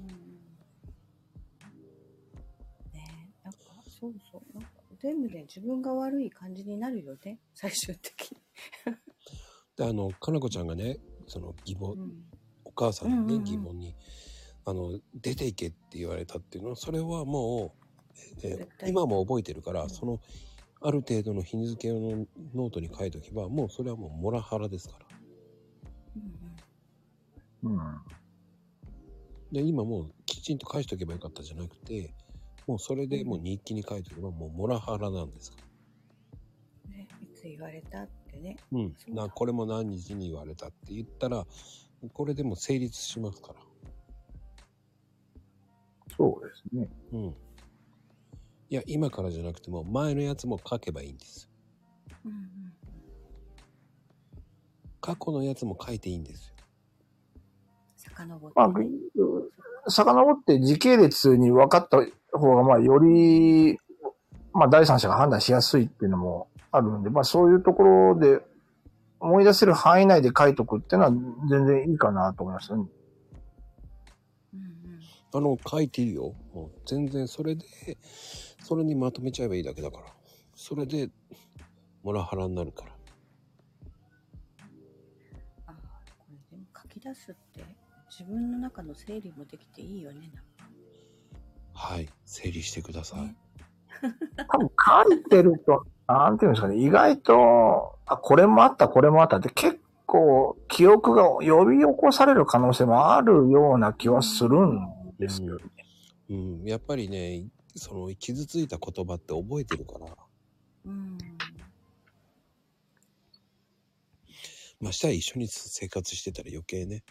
ね、なんか、そうそう。なんか全部ね、自分が悪い感じになるよね。最終的に。 で、あの、かなこちゃんがね、その疑問、 うんお母さんのね、 うんうんうん疑問に、あの、出ていけって言われたっていうのは、それはもう、え絶対今も覚えてるから、 うんその、ある程度の日付のノートに書いておけば、もうそれはもうモラハラですから。 うんうん。 うん。 で、今もうきちんと返しておけばよかったじゃなくて、もうそれでもう日記に書いておけばもうモラハラなんですから。 ね、いつ言われたってね。 うん。 そうだな、これも何日に言われたって言ったら、これでも成立しますから。 そうですね。 うん。いや、今からじゃなくても、前のやつも書けばいいんですよ。 うんうん。 過去のやつも書いていいんですよ。 遡ってまあ、 ね。 遡って時系列に分かった方が、まあ、より、まあ、第三者が判断しやすいっていうのもあるんで、まあ、そういうところで思い出せる範囲内で書いとくっていうのは全然いいかなと思いますよね。 うんうん。 あの、書いていいよ。もう全然それで、それにまとめちゃえばいいだけだから。それで、モラハラになるから。 ああ、これでも書き出すって自分の中の整理もできていいよね。なんかはい。整理してください。 ね。 多分書いてると、なんていうんですかね、意外と、あ、これもあった、これもあったって結構記憶が呼び起こされる可能性もあるような気はするんですよね。 うん。やっぱりね、その、傷ついた言葉って覚えてるから。 うん。 ましては一緒に生活してたら余計ね。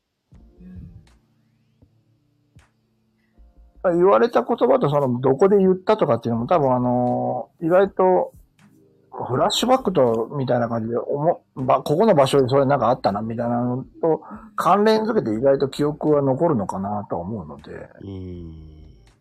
うん。 言われた言葉とその、どこで言ったとかっていうのも多分あの、意外と、フラッシュバックと、みたいな感じで、おも、ば、ここの場所でそれなんかあったな、みたいなのと、関連づけて意外と記憶は残るのかなと思うので。 うーん。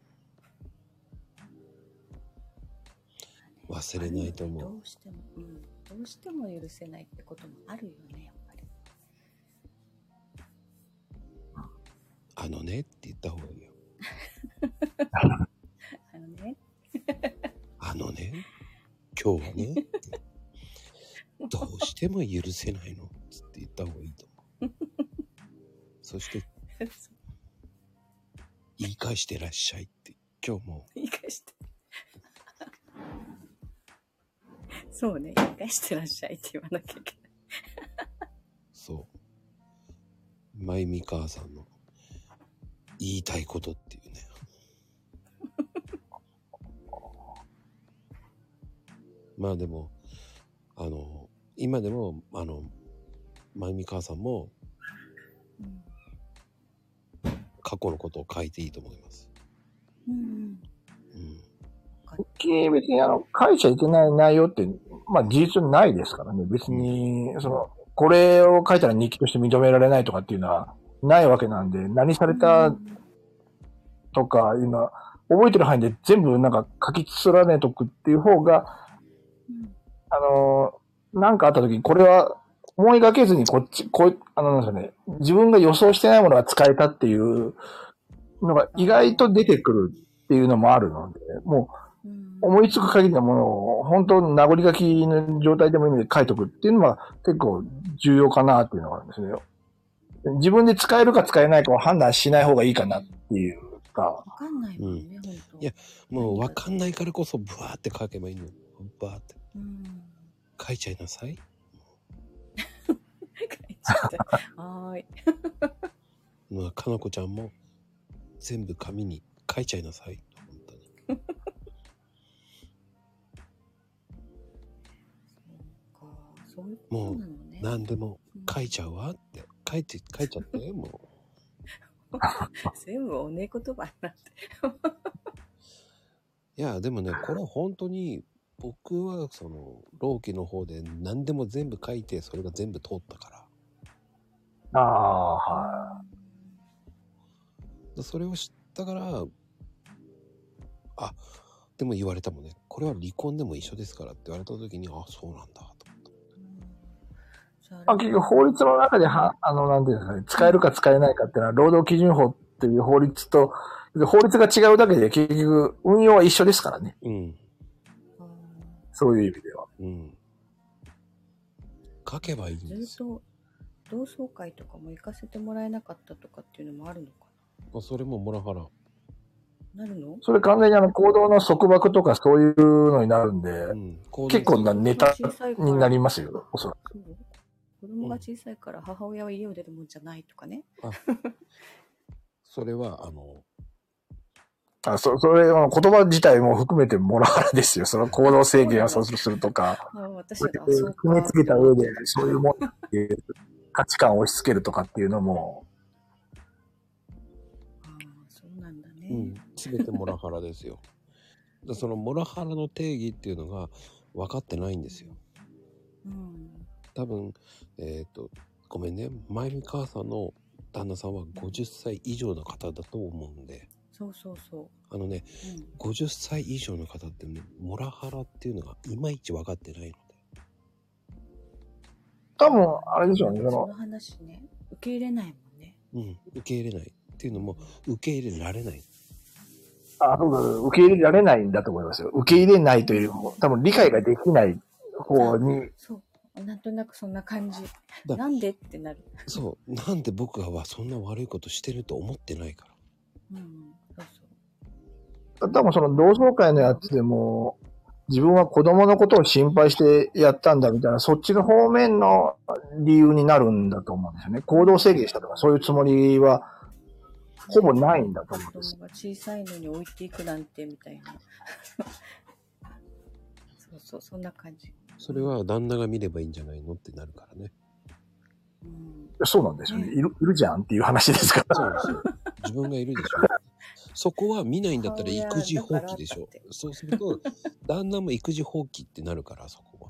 忘れないと思う。 どうしても、うん。どうしても許せないってこともあるよね、やっぱり。 あのねって言った方がいいよ。 あのね。 あのね、今日はね、どうしても許せないのつって言った方がいいと思う。そして、言い返してらっしゃいって、今日も。 言い返して。そうね、言い返してらっしゃいって言わなきゃいけない。 そう。まゆみ母さんの言いたいことっていうね。まあでも、あの、今でも、あの、まゆみ母さんも、うん、過去のことを書いていいと思います。うんうん。うん。 別にあの、書いちゃいけない内容って、まあ事実ないですからね。別に、その、これを書いたら日記として認められないとかっていうのはないわけなんで、何されたとか、今、覚えてる範囲で全部なんか書き連ねとくっていう方が、あの、なんかあった時にこれは思いがけずにこっち、こう、あの、なんですかね、自分が予想してないものが使えたっていうのが意外と出てくるっていうのもあるので、もう、思いつく限りのものを、本当名残書きの状態でもいいので書いとくっていうのは結構重要かなっていうのがあるんですね。自分で使えるか使えないかを判断しない方がいいかなっていうか。 わかんないもんね、うん、本当。 いや、もうわかんないからこそブワーって書けばいいの。ブワーって。うん、書いちゃいなさい。 書いちゃった。はーい。 まあ、かなこちゃんも全部紙に書いちゃいなさい。本当に。 そういうことなのね。 もう何でも書いちゃうわって書いて書いちゃってもう全部おね言葉になっていやでもねこれは本当に僕はその朗希の方で何でも全部書いてそれが全部通ったからああはい、 それを知ったからあでも言われたもんねこれは離婚でも一緒ですからって言われた時にあそうなんだあ結局法律の中では、あの、なんていうんですかね、使えるか使えないかっていうのは、労働基準法っていう法律と、法律が違うだけで結局運用は一緒ですからね。うん。そういう意味では。うん。 書けばいいんですよ。 ずっと同窓会とかも行かせてもらえなかったとかっていうのもあるのかな。それもモラハラ。 なるの？ それ完全にあの行動の束縛とかそういうのになるんで、うん、結構なネタになりますよ、おそらく。 子供が小さいから母親は家を出るもんじゃないとかね。 あそれはあのあそそれ言葉自体も含めてモラハラですよ。その行動制限をそうするとか、 あ私は決めつけた上でそういうものっていう価値観を押し付けるとかっていうのも。 あそうなんだね。 うん、全てモラハラですよ。だそのモラハラの定義っていうのが分かってないんですよ。うん多分、えっと、ごめんね。まゆみ母さんの旦那さんはごじゅっさい以上の方だと思うんで。 そうそうそう。 あのね、うん、ごじゅっさい以上の方ってね、モラハラっていうのがいまいち分かってないので。 多分、あれでしょうね。 その話ね、受け入れないもんね。 うん、受け入れない。っていうのも、受け入れられない。 あ、そうだ、受け入れられないんだと思いますよ。受け入れないというよりも、多分理解ができない方に。 そう。なんとなくそんな感じ。なんでってなる。 そう。なんで僕がはそんな悪いことしてると思ってないから。うん。 そうそう。多分その同窓会のやつでも、自分は子供のことを心配してやったんだみたいな、そっちの方面の理由になるんだと思うんですよね。行動制限したとかそういうつもりは、ほぼないんだと思うんです。 子供が小さいのに置いていくなんてみたいな。そうそう、そんな感じ。 それは旦那が見ればいいんじゃないのってなるからね。 うん、そうなんですよね。いる、いるじゃんっていう話ですから。 そうですよ。自分がいるでしょ。そこは見ないんだったら育児放棄でしょ。そうすると、旦那も育児放棄ってなるから、そこは。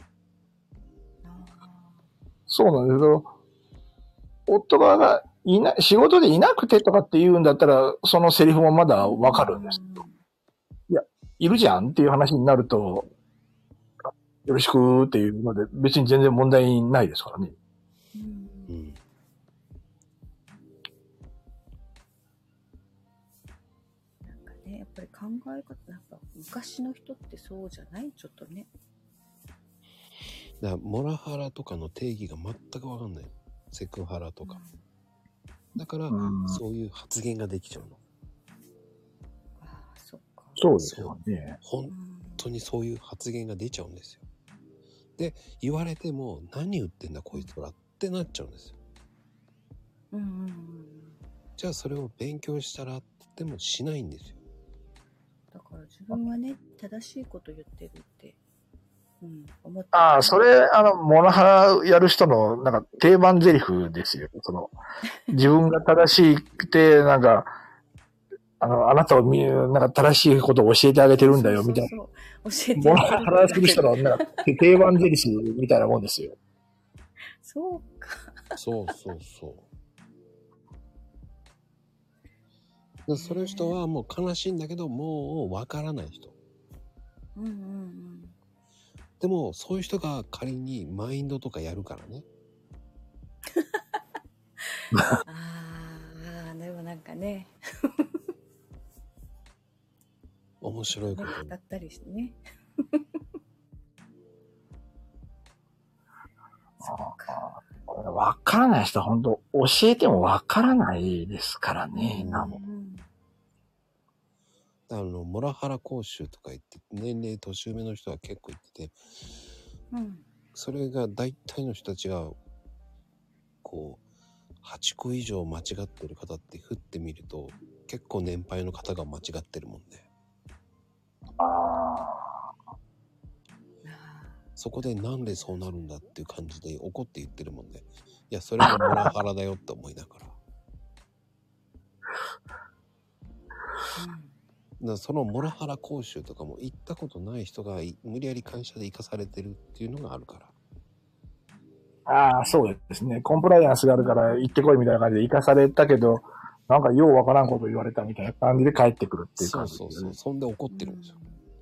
そうなんですけど、夫側がいな、仕事でいなくてとかって言うんだったら、そのセリフもまだわかるんですけど。いや、いるじゃんっていう話になると、よろしくっていうので、別に全然問題ないですからね。うん。 ね、やっぱり考え方、なんか昔の人ってそうじゃない？ちょっとね。 だからモラハラとかの定義が全く分かんない。セクハラとか。だから、 うんそういう発言ができちゃうの。 ああ、そっか。 そうですよね。 本当にそういう発言が出ちゃうんですよ。で、言われても、何言ってんだこいつらってなっちゃうんですよ。 うんうんうん。 じゃあそれを勉強したらって言ってもしないんですよ。 だから自分はね、正しいこと言ってるって、うん、思ってる。 ああ、それ、あの、モラハラやる人の、なんか、定番台詞ですよ。その、自分が正しくて、なんか、あの、あなたを見、なんか正しいことを教えてあげてるんだよ、みたいな。 そうそうそう、教えてモあげるラハラする人の、なんか、定番台詞みたいなもんですよ。 そうか。 そうそうそう。でその人はもう悲しいんだけど、もうわからない人。 うんうんうん。 でも、そういう人が仮にマインドとかやるからね。 ああ、でもなんかね。 面白いことに。 だったりしてね。 わからない人は本当教えてもわからないですからね、今も。 あの、モラハラ講習とか言って、年齢年上の人は結構言ってて、 うん、 それが大体の人たちが、こう、はちこ以上間違ってる方って振ってみると、結構年配の方が間違ってるもんね。そこでなんでそうなるんだっていう感じで怒って言ってるもんね。いや、それがモラハラだよって思いながら。だからそのモラハラ講習とかも行ったことない人が無理やり会社で生かされてるっていうのがあるから。 ああ、そうですね。コンプライアンスがあるから行ってこいみたいな感じで生かされたけど、なんかようわからんこと言われたみたいな感じで帰ってくるっていう感じですね。 そうそうそう。そんで怒ってるんですよ。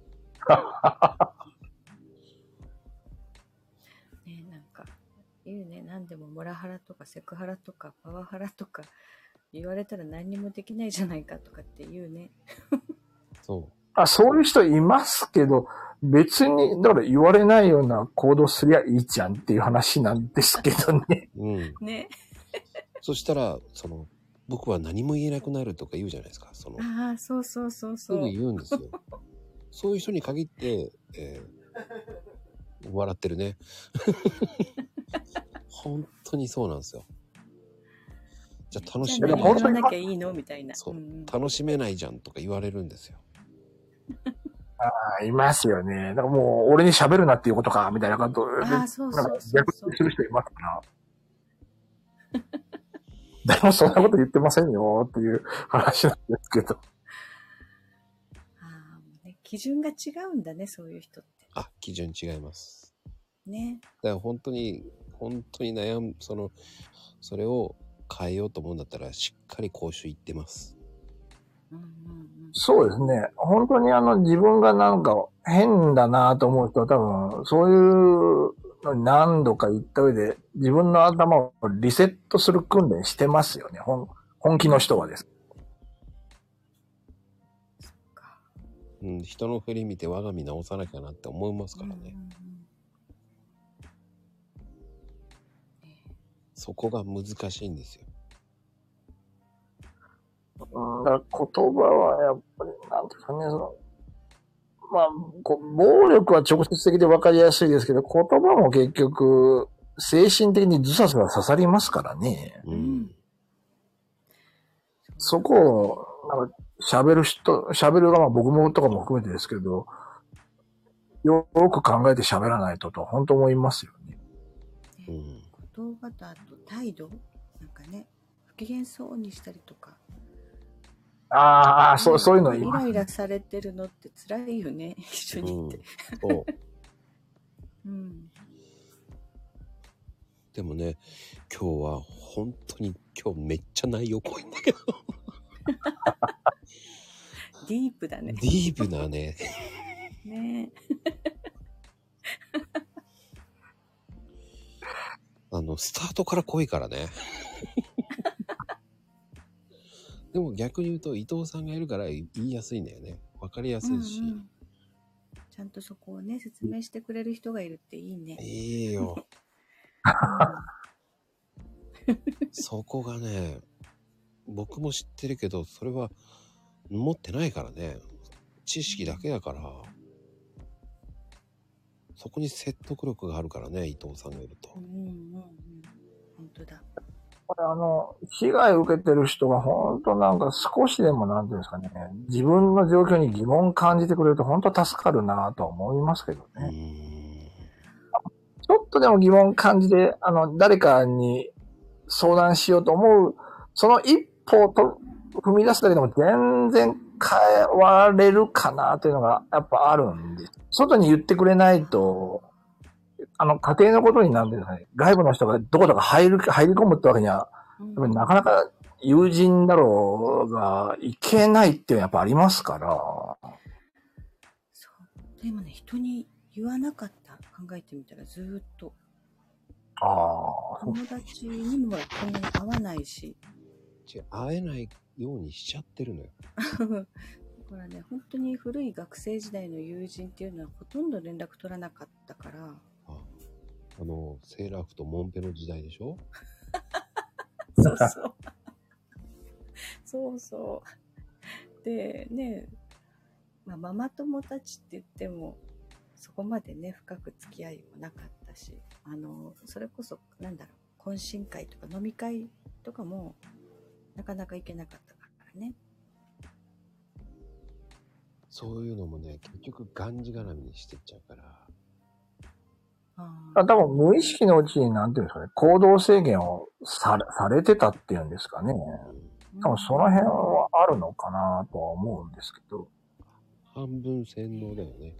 ね、なんか言うね、何でもモラハラとかセクハラとかパワハラとか言われたら何にもできないじゃないかとかって言うね。 そう。 あ、そういう人いますけど、別に、だから言われないような行動すりゃいいじゃんっていう話なんですけどね。 うん。 ね。 そしたら、その、僕は何も言えなくなるとか言うじゃないですか。その、 ああ、そうそうそうそう。 すぐ言うんですよ。そういう人に限って、えー、笑ってるね。本当にそうなんですよ。じゃあ楽しめない。 じゃあ何言わなきゃいいのみたいな。 そう、 うんうん、 楽しめないじゃんとか言われるんですよ。 ああ、いますよね。だからもう、俺に喋るなっていうことか、みたいなことで、 ああ、そうそうそうそう。 逆にする人いますから。誰もそんなこと言ってませんよっていう話なんですけど。 ああ、もうね、基準が違うんだね、そういう人って。 あ、基準違います。 ね。 だから本当に、本当に悩む、その、それを変えようと思うんだったら、しっかり講習行ってます。 うんうんうん、 そうですね。本当にあの自分がなんか変だなと思う人は多分、そういうのに何度か言った上で、自分の頭をリセットする訓練してますよね。本、本気の人はです。 そっか。 うん、人の振り見て我が身直さなきゃなって思いますからね。うんうんうん、そこが難しいんですよ。 うん、だから言葉はやっぱり、なんていうかね、その、まあ、こう暴力は直接的で分かりやすいですけど、言葉も結局、精神的にズサズサ刺さりますからね。 うん、 そこを、なんか、喋る人、喋る側、僕もとかも含めてですけど、よく考えて喋らないとと、本当思いますよね。 うん、言葉だと態度なんかね、不機嫌そうにしたりとか。 ああ、そう、そういうのイライラされてるのって辛いよね、一緒にいて。 うん、そう。 うん。 でもね、今日は本当に今日めっちゃ内容濃いんだけど。 ディープだね。 ディープだね。 ねあの、スタートから濃いからね。 でも逆に言うと伊藤さんがいるから言いやすいんだよね。わかりやすいし。 うんうん、ちゃんとそこをね、説明してくれる人がいるっていいね。 いいよ。そこがね、僕も知ってるけど、それは持ってないからね。知識だけだから。そこに説得力があるからね、伊藤さんがいると。 うんうんうん。本当だ。 これあの、被害を受けてる人が本当なんか少しでもなんていうんですかね、自分の状況に疑問を感じてくれると本当助かるなとは思いますけどうね。 ーん。 ちょっとでも疑問感じて、あの、誰かに相談しようと思う、その一歩をと踏み出すだけでも全然変われるかなというのがやっぱあるんです。外に言ってくれないと、あの、家庭のことになんていうんですかね、外部の人がどこだか入る、入り込むってわけには、 うんやっぱりなかなか友人だろうが、いけないっていうのはやっぱありますから。 そう。でもね、人に言わなかった。考えてみたらずーっと。 ああ、そう。 友達にもこんなに会わないし。 違う、会えないようにしちゃってるのよ。 だからね、本当に古い学生時代の友人っていうのはほとんど連絡取らなかったから。 あ, あの、セーラー服とモンペの時代でしょ。 そうそう。そうそう。で、ね、まあ、ママ友たちって言っても、そこまでね、深く付き合いもなかったし、あの、それこそ、なんだろう、懇親会とか飲み会とかも、なかなか行けなかったからね。 そういうのもね、結局がんじがらみにしてっちゃうから。 あ、多分無意識のうちになんていうんですかね、行動制限をされ、されてたっていうんですかね。多分その辺はあるのかなとは思うんですけど。 半分洗脳だよね。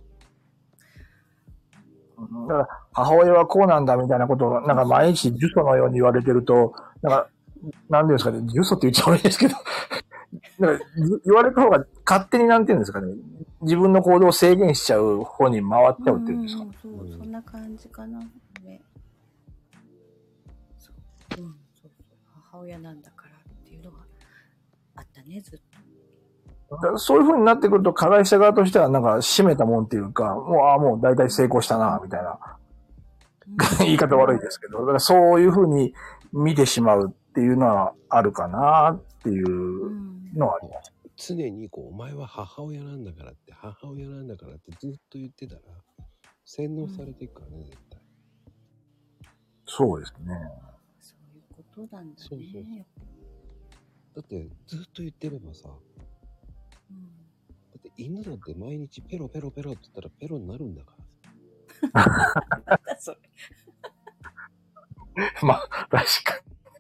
だから母親はこうなんだみたいなことをなんか毎日呪詛のように言われてると、なんか、なんていうんですかね、呪詛って言っちゃ悪いですけど、なんか言われた方が勝手になんていうんですかね、自分の行動を制限しちゃう方に回っちゃうっていうんですか。 うんうんうん、そう、そんな感じかな。ね。そう、うん、そうそう。母親なんだからっていうのがあったね、ずっと。 だからそういう風になってくると、加害者側としてはなんか締めたもんっていうか、もう、ああ、もう大体成功したな、みたいな。言い方悪いですけど、だからそういう風に見てしまうっていうのはあるかなっていうのはあります。 常にこう、お前は母親なんだからって、母親なんだからってずっと言ってたら、洗脳されていくからね、絶対。 そうですね。 そういうことなんだね。 そうそうそう。だってずっと言ってればさ、 うん、 だって犬だって毎日ペロペロペロって言ったらペロになるんだからさ。 なんだそれ。 まあ、確か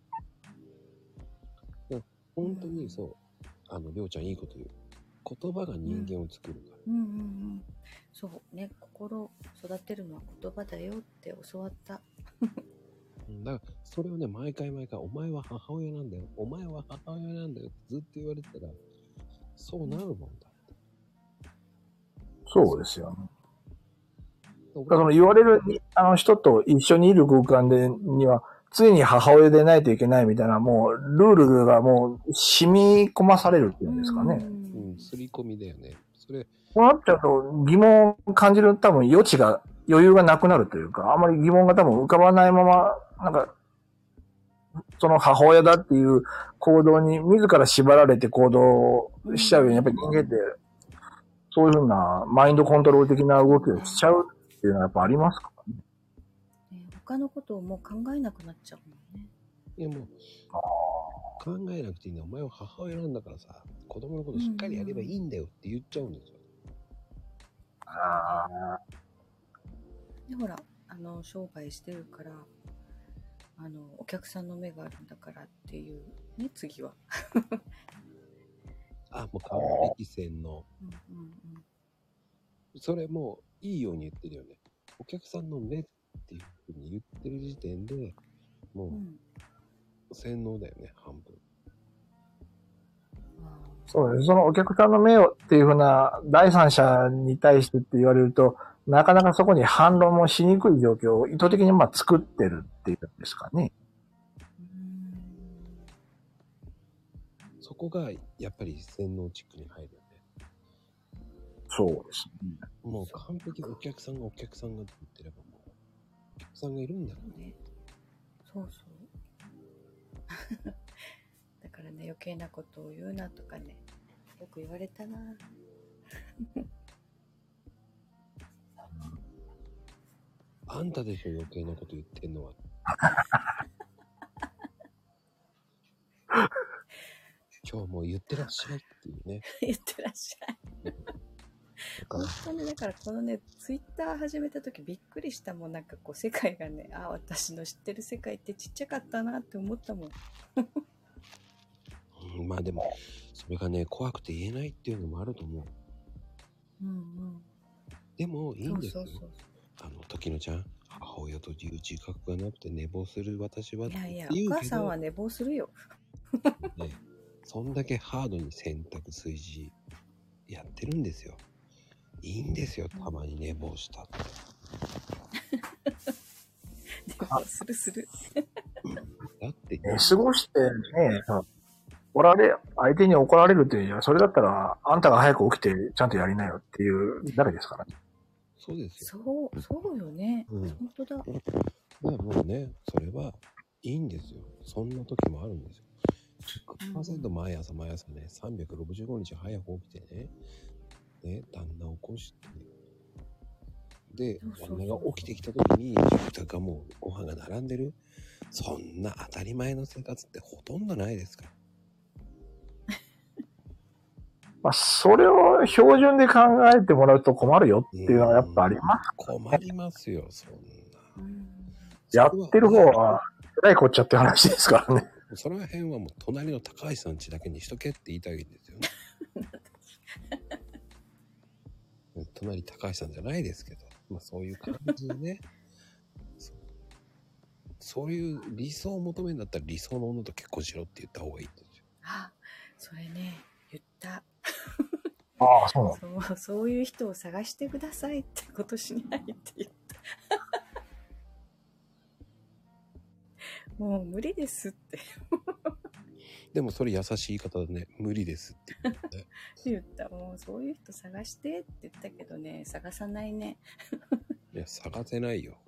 に。本当にそう、あの、りょうちゃんいいこと言う。言葉が人間を作るから。 うんうんうんうん。そうね、心を育てるのは言葉だよって教わった。 だからそれをね、毎回毎回お前は母親なんだよ、お前は母親なんだよってずっと言われてたらそうなるもんだって。 そうですよね。だからその言われるあの人と一緒にいる空間でには常に母親でないといけないみたいな、もうルールがもう染み込まされるっていうんですかね。 うん、刷り込みだよね。それこうなっちゃうと疑問を感じる多分余地が余裕がなくなるというか、あまり疑問が多分浮かばないまま、なんかその母親だっていう行動に自ら縛られて行動しちゃうように、やっぱり人間ってそういうふうなマインドコントロール的な動きをしちゃうっていうのはやっぱありますからね。 ね、他のことをもう考えなくなっちゃうもんね。 いやもう考えなくていいんだよ。お前は母親なんだからさ、子供のことしっかりやればいいんだよって言っちゃうんですよ。 あでほら、あの商売してるから、あのお客さんの目があるんだからっていうね、次は。 あ、もう完璧洗脳。 うんうんうん、 それもういいように言ってるよね。お客さんの目っていうふうに言ってる時点でもう、うん、洗脳だよね、半分。 そうです。そのお客さんの目をっていうふうな第三者に対してって言われると、なかなかそこに反論もしにくい状況を意図的にまあ作ってるっていうんですかね。 そこがやっぱり洗脳チックに入るよね。 そうですね。 もう完璧お客さんがお客さんがって言ってればもうお客さんがいるんだからね。そうそう。だからね、余計なことを言うなとかね、よく言われたな。 あんたでしょ余計なこと言ってんのは。今日も言ってらっしゃいっていうね。 言ってらっしゃい。本当にだからこのね、ツイッター始めた時びっくりしたもん。なんかこう世界がね、あ、私の知ってる世界ってちっちゃかったなって思ったもん。 うん、まあでもそれがね怖くて言えないっていうのもあると思う。 うんうん。 でもいいんですよ。 そうそうそう。 あの時のちゃん、母親という自覚がなくて寝坊する私はっていやいや、 言うけど、 お母さんは寝坊するよ。 ね、そんだけハードに選択炊事やってるんですよ。いいんですよ、たまに寝坊したって。 寝坊するする。 だって寝過ごしてね、怒られ、相手に怒られるっていうのは、それだったら、あんたが早く起きてちゃんとやりなよっていう誰ですからね。 そうですよ。 そう、そうよね。 うん、 本当だ。 だからもうね、それはいいんですよ。そんな時もあるんですよ。ひゃくパーセント 毎朝毎朝ね、さんびゃくろくじゅうごにち早く起きてね、ね、旦那を起こして、で、旦那が起きてきた時に食卓がもうご飯が並んでる。そんな当たり前の生活ってほとんどないですから。 まあ、それを標準で考えてもらうと困るよっていうのはやっぱあります。 困りますよ、そんな。 うん、 やってる方は、えらいこっちゃって話ですからね。 その辺はもう隣の高橋さん家だけにしとけって言いたいんですよね。隣高橋さんじゃないですけど、まあそういう感じでね。そ, そういう理想を求めるんだったら理想の女と結婚しろって言った方がいいんですよ。 あ、それね、言った。 ああ、そうなの。 そう、そういう人を探してくださいってことしないって言った。もう無理ですって。 でもそれ優しい言い方でね、無理ですって言って、ね、 言った。もうそういう人探してって言ったけどね、探さないね。 いや、探せないよ。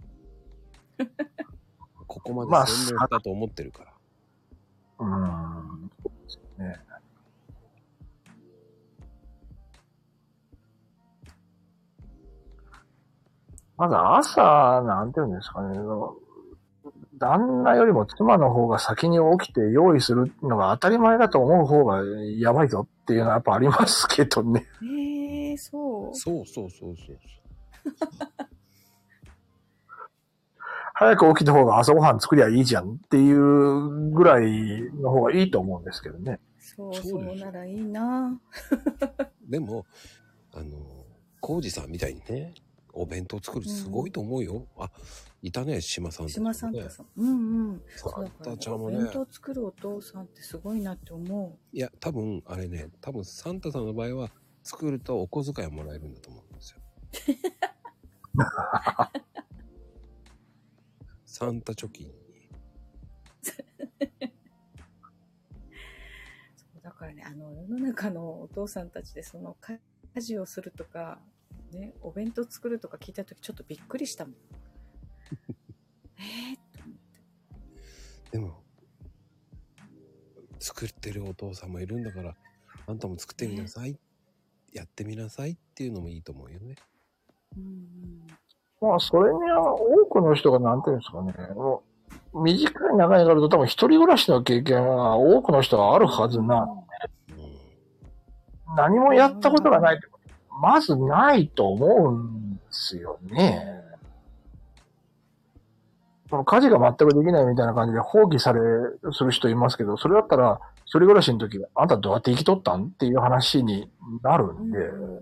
ここまで洗脳したと思ってるから。 まあ、うーん、そうですよね。まず朝、なんていうんですかね、旦那よりも妻の方が先に起きて用意するのが当たり前だと思う方がやばいぞっていうのはやっぱありますけどね。 えー、そう。 そうそうそうそう。 早く起きた方が朝ごはん作りゃいいじゃんっていうぐらいの方がいいと思うんですけどね。 そうそうならいいな。 でも、あの、コウジさんみたいにね、お弁当作るすごいと思うよ。うん、あ、いたね、島さん、ね。 島サンタさん。うんうん。 サンタちゃんもね。 お弁当作るお父さんってすごいなって思う。 いや、多分、あれね、多分サンタさんの場合は、作るとお小遣いもらえるんだと思うんですよ。サンタ貯金に。 そうだからね、あの世の中のお父さんたちでその家事をするとか、ね、お弁当作るとか聞いたときちょっとびっくりしたもん。えーと思って。 でも作ってるお父さんもいるんだから、あんたも作ってみなさい、ね、やってみなさいっていうのもいいと思うよね。 うんうん、 まあ、それには多くの人がなんていうんですかね、もう短い長いからと多分一人暮らしの経験は多くの人があるはずなので、うん、何もやったことがないってことはまずないと思うんですよね。その家事が全くできないみたいな感じで放棄されする人いますけど、それだったら一人暮らしの時あんたどうやって生きとったんっていう話になるんで、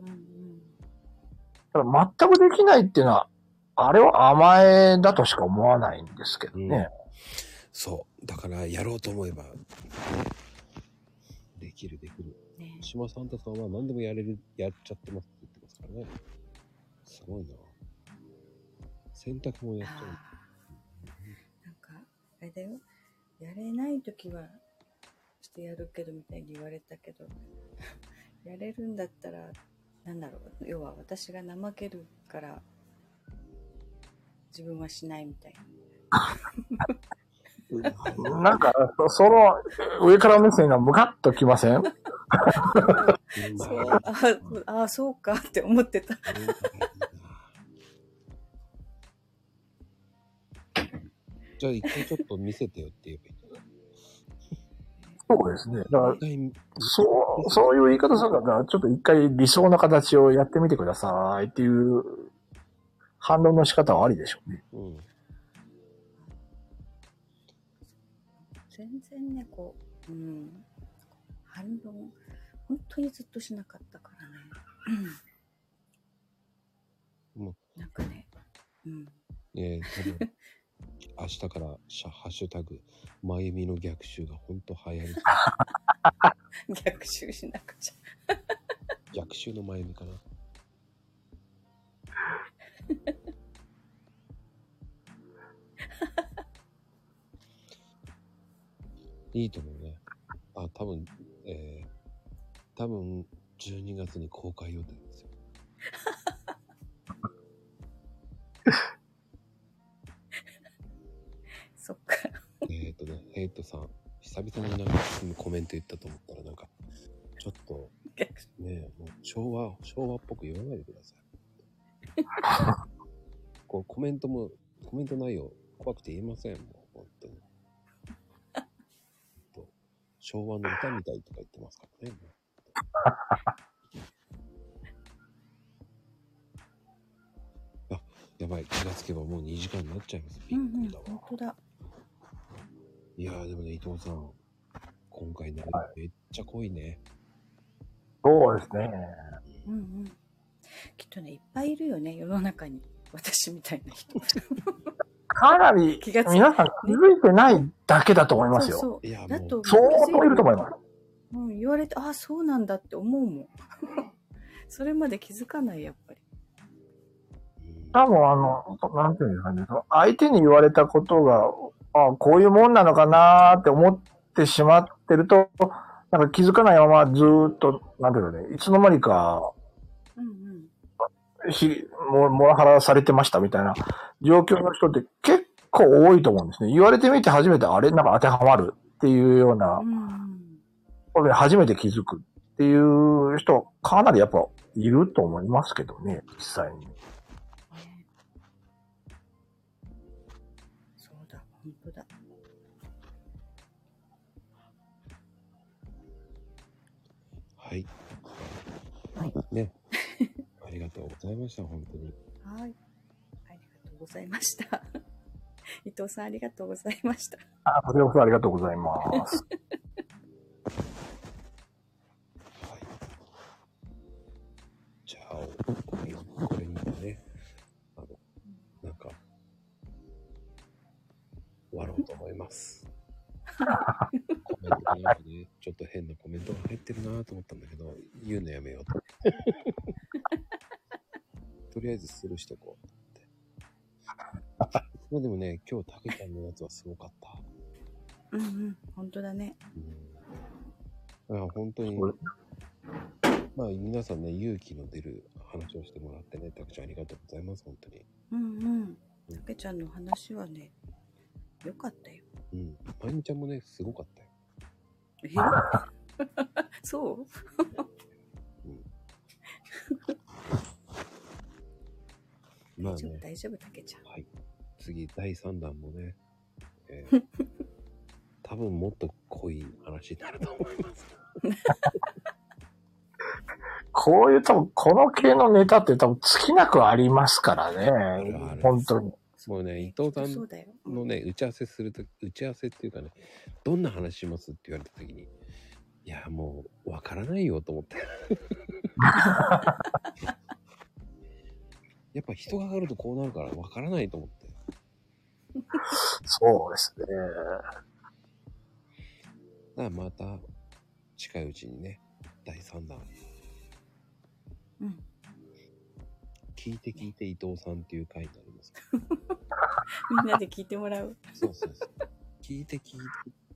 だから全くできないっていうのはあれは甘えだとしか思わないんですけどね。うん、 そう。だからやろうと思えば、できるできる。ね、島サンタさんは何でもやれる、やっちゃってますって言ってますからね。すごいな。洗濯もやっちゃう。 なんか、あれだよ。やれないときはししてやるけどみたいに言われたけどやれるんだったらなんだろう、要は私が怠けるから自分はしないみたいな。なんか、その上から目線がムカッときません？ そうああそうかって思ってた。 じゃあ一回ちょっと見せてよって言えばいい。 そうですね。だから、そう、そういう言い方するから、ちょっと一回理想の形をやってみてくださいっていう反論の仕方はありでしょうね。 うん。 全然ね、こう、うん、反論、本当にずっとしなかったからね。 うん。 なんかね、うん。 えー、多分明日からハッシュタグ、まゆみの逆襲が本当流行る。 逆襲しなくちゃ。 逆襲のまゆみかな。いいと思うね。あ、多分、えー、多分じゅうにがつに公開予定ですよ。 そっか。 えっとね、ヘイトさん、久々になんかコメント言ったと思ったらなんか、ちょっと、ね、もう昭和、昭和っぽく言わないでください。こうコメントも、コメント内容怖くて言えません、もう、本当に。昭和の歌みたいとか言ってますからね。あ、やばい。気がつけばもうにじかんになっちゃいます。びっくりだわ。 うんうん、本当だ。 いやーでもね、伊藤さん、今回ね、はい、めっちゃ濃いね。 そうですね。 うんうん。きっとね、いっぱいいるよね、世の中に。私みたいな人。 かなり皆さん気づいてないだけだと思いますよ。 そうそう。 いや、 だと相当いると思います。 うん、言われて、ああ、そうなんだって思うもん。それまで気づかない、やっぱり。 多分あの、なんていうんですかね、相手に言われたことが、あこういうもんなのかなーって思ってしまってると、なんか気づかないままずーっと、なんていうのね、いつの間にか、 うんうんひ、も、モラハラされてましたみたいな状況の人って結構多いと思うんですね。言われてみて初めてあれなんか当てはまるっていうような、これ初めて気づくっていう人かなりやっぱいると思いますけどね、実際に。 そうだ、本当だ。 はい。ね。ありがとうございました、本当に。 はい。ありがとうございました。伊藤さん、ありがとうございました。 あ、こちらこそありがとうございます。 はい。じゃあ、これ、これにね、あの、なんか、終わろうと思います。コメントがなんかね、ちょっと変なコメントが入ってるなと思ったんだけど、言うのやめようと。とりあえずスルーしとこうと思って。まあでもね、今日、たけちゃんのやつはすごかった。 うんうん、本当だね。 うん。だから本当に、まあ皆さんね、勇気の出る話をしてもらってね、たけちゃんありがとうございます、本当に。 うんうん。たけちゃんの話はね、よかったよ。 うん。まゆみちゃんもね、すごかったよ。 えそう、うん、まあね。大丈夫、たけちゃん。 はい。次、だいさんだんもね、えー、多分もっと濃い話になると思います。 こういう多分、この系のネタって多分尽きなくありますからね。あるある本当に。 もうね、伊藤さんのね、打ち合わせすると、打ち合わせっていうかね、どんな話しますって言われたときに、いや、もう、わからないよと思って。やっぱ人が上がるとこうなるからわからないと思って。 そうですね。 だからまた、近いうちにね、だいさんだん。 うん。 聞いて聞いて伊藤さんっていう回になります。 みんなで聞いてもらう。 そうそうそう。聞いて聞いて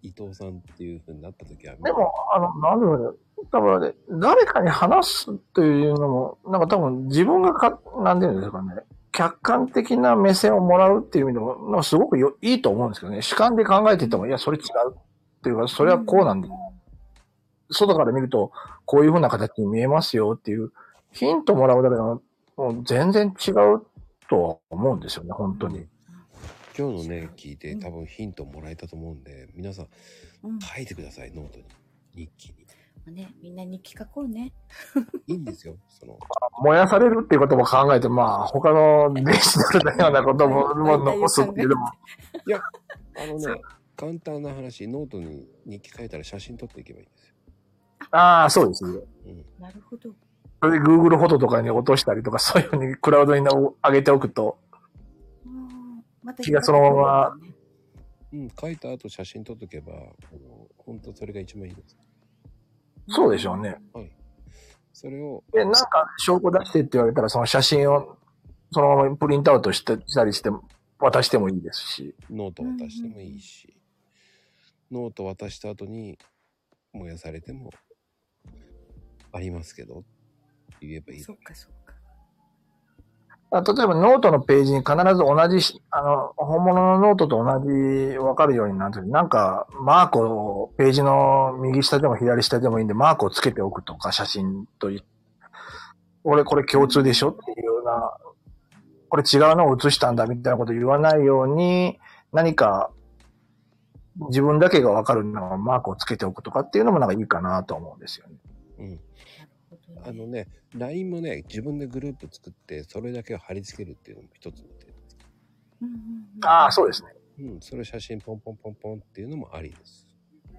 伊藤さんっていう風になった時は、 でも、あの、なんだろうね。多分ね、誰かに話すっていうのも、なんか多分自分がか、なんていうんですかね。客観的な目線をもらうっていう意味でも、なんかすごくよいいと思うんですけどね。主観で考えてても、いや、それ違うっていうか、それはこうなんで、外から見ると、こういう風な形に見えますよっていう、ヒントもらうだけでも、もう全然違うとは思うんですよね、本当に。 今日のね、聞いて多分ヒントもらえたと思うんで、皆さんうん書いてください、ノートに。日記に。 ね、みんな日記書こうね。 いいんですよ、その。 燃やされるっていうことも考えて、まあ、他のデジタルのようなこともも残すっていうのも。 いや、あのね、簡単な話、ノートに日記書いたら写真撮っていけばいいんですよ。 ああ、そうですね。 うん。 なるほど。 それで Google フォトとかに落としたりとか、そういうふうにクラウドに上げておくと、 また気がそのまま、 うん、書いた後写真撮っとけば、本当それが一番いいです。 そうでしょうね。 はい。それを。 で、なんか証拠出してって言われたら、その写真をそのままプリントアウトしてしたりして渡してもいいですし。 ノート渡してもいいし、うんうん、ノート渡した後に燃やされてもありますけど言えばいい。 そっかそっか。 例えばノートのページに必ず同じ、あの、本物のノートと同じ分かるようになってる。なんか、マークを、ページの右下でも左下でもいいんで、マークをつけておくとか、写真とい、俺これ共通でしょっていうような、これ違うのを写したんだみたいなこと言わないように、何か、自分だけが分かるのをマークをつけておくとかっていうのもなんかいいかなと思うんですよね。うん。 あのね、ライン もね、自分でグループ作って、それだけを貼り付けるっていうのも一つの手です。 うんうんうん、ああ、そうですね。 うん、それ写真ポンポンポンポンっていうのもありです。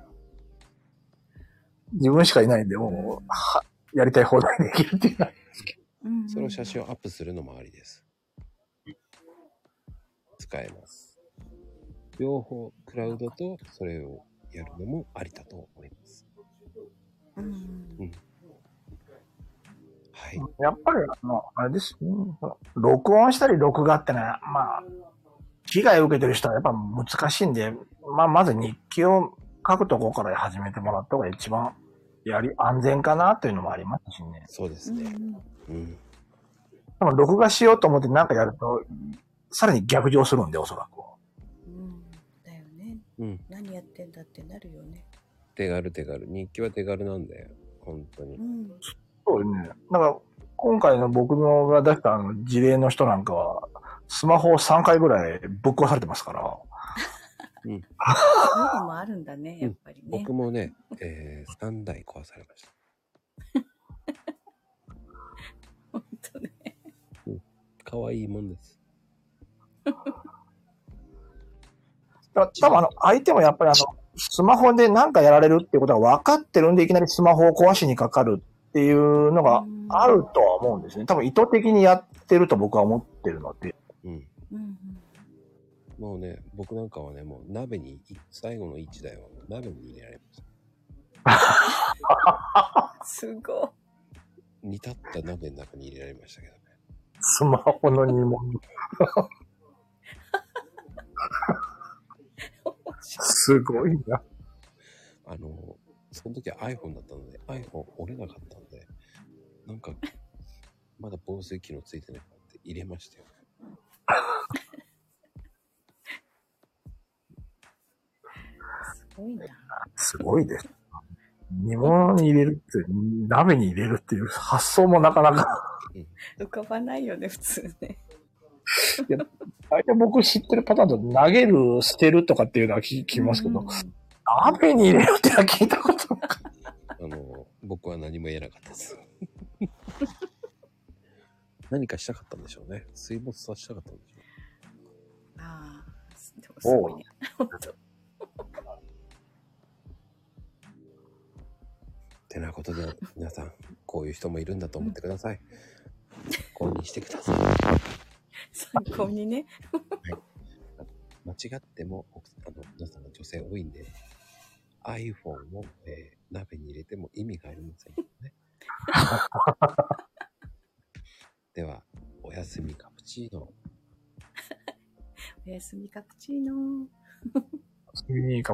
自分しかいないんで、もう、はやりたい放題できるっていうのはありますけど。 その写真をアップするのもありです。使えます。両方、クラウドとそれをやるのもありだと思います。うん。うんはい、 やっぱり、あの、あれですね。録音したり録画ってのは、まあ、被害を受けてる人はやっぱ難しいんで、まあ、まず日記を書くところから始めてもらった方が一番、やり、安全かなというのもありますしね。 そうですね。うん。 でも、録画しようと思って何かやると、さらに逆上するんで、おそらく。 うん。だよね。うん。何やってんだってなるよね。 手軽手軽。日記は手軽なんだよ。本当に。うん。 そうですね。だから、今回の僕のが出したあの事例の人なんかは、スマホをさんかいぐらいぶっ壊されてますから。 うん。 そういうのもあるんだね、やっぱりね。 うん、僕もね、えー、さんだい壊されました。 本当ね。 うん。かわいいもんです。 多分あの、相手もやっぱりあの、スマホで何かやられるっていうことが分かってるんで、いきなりスマホを壊しにかかるっていうのがあるとは思うんですね。多分意図的にやってると僕は思ってるので。うん。うんうん、もうね、僕なんかはね、もう鍋に、最後のいちだいはもう鍋に入れられました。 すごい。煮立った鍋の中に入れられましたけどね。 スマホの煮物。すごいな。 あの、その時は iPhone だったので、iPhone 折れなかったんで、なんか、まだ防水機能ついてないって入れましたよ。 すごいな。 すごいです。煮物に入れるって、鍋に入れるっていう発想もなかなか浮かばないよね、普通ね。 いや、大体僕知ってるパターンだと投げる、捨てるとかっていうのは聞きますけど、鍋に入れるってのは聞いたことない。 あの、僕は何も言えなかったです。何かしたかったんでしょうね。水没させたかったんでしょう。 ああ、でもすごいね。本当。 てなことで、皆さん、こういう人もいるんだと思ってください。参考にしてください。 参考にね。 はい。間違っても、あの、皆さんが女性多いんで、iPhone を、えー、鍋に入れても意味がありませんよね。では、おやすみカプチーノ。 おやすみカプチーノ。 おやすみカプチーノ。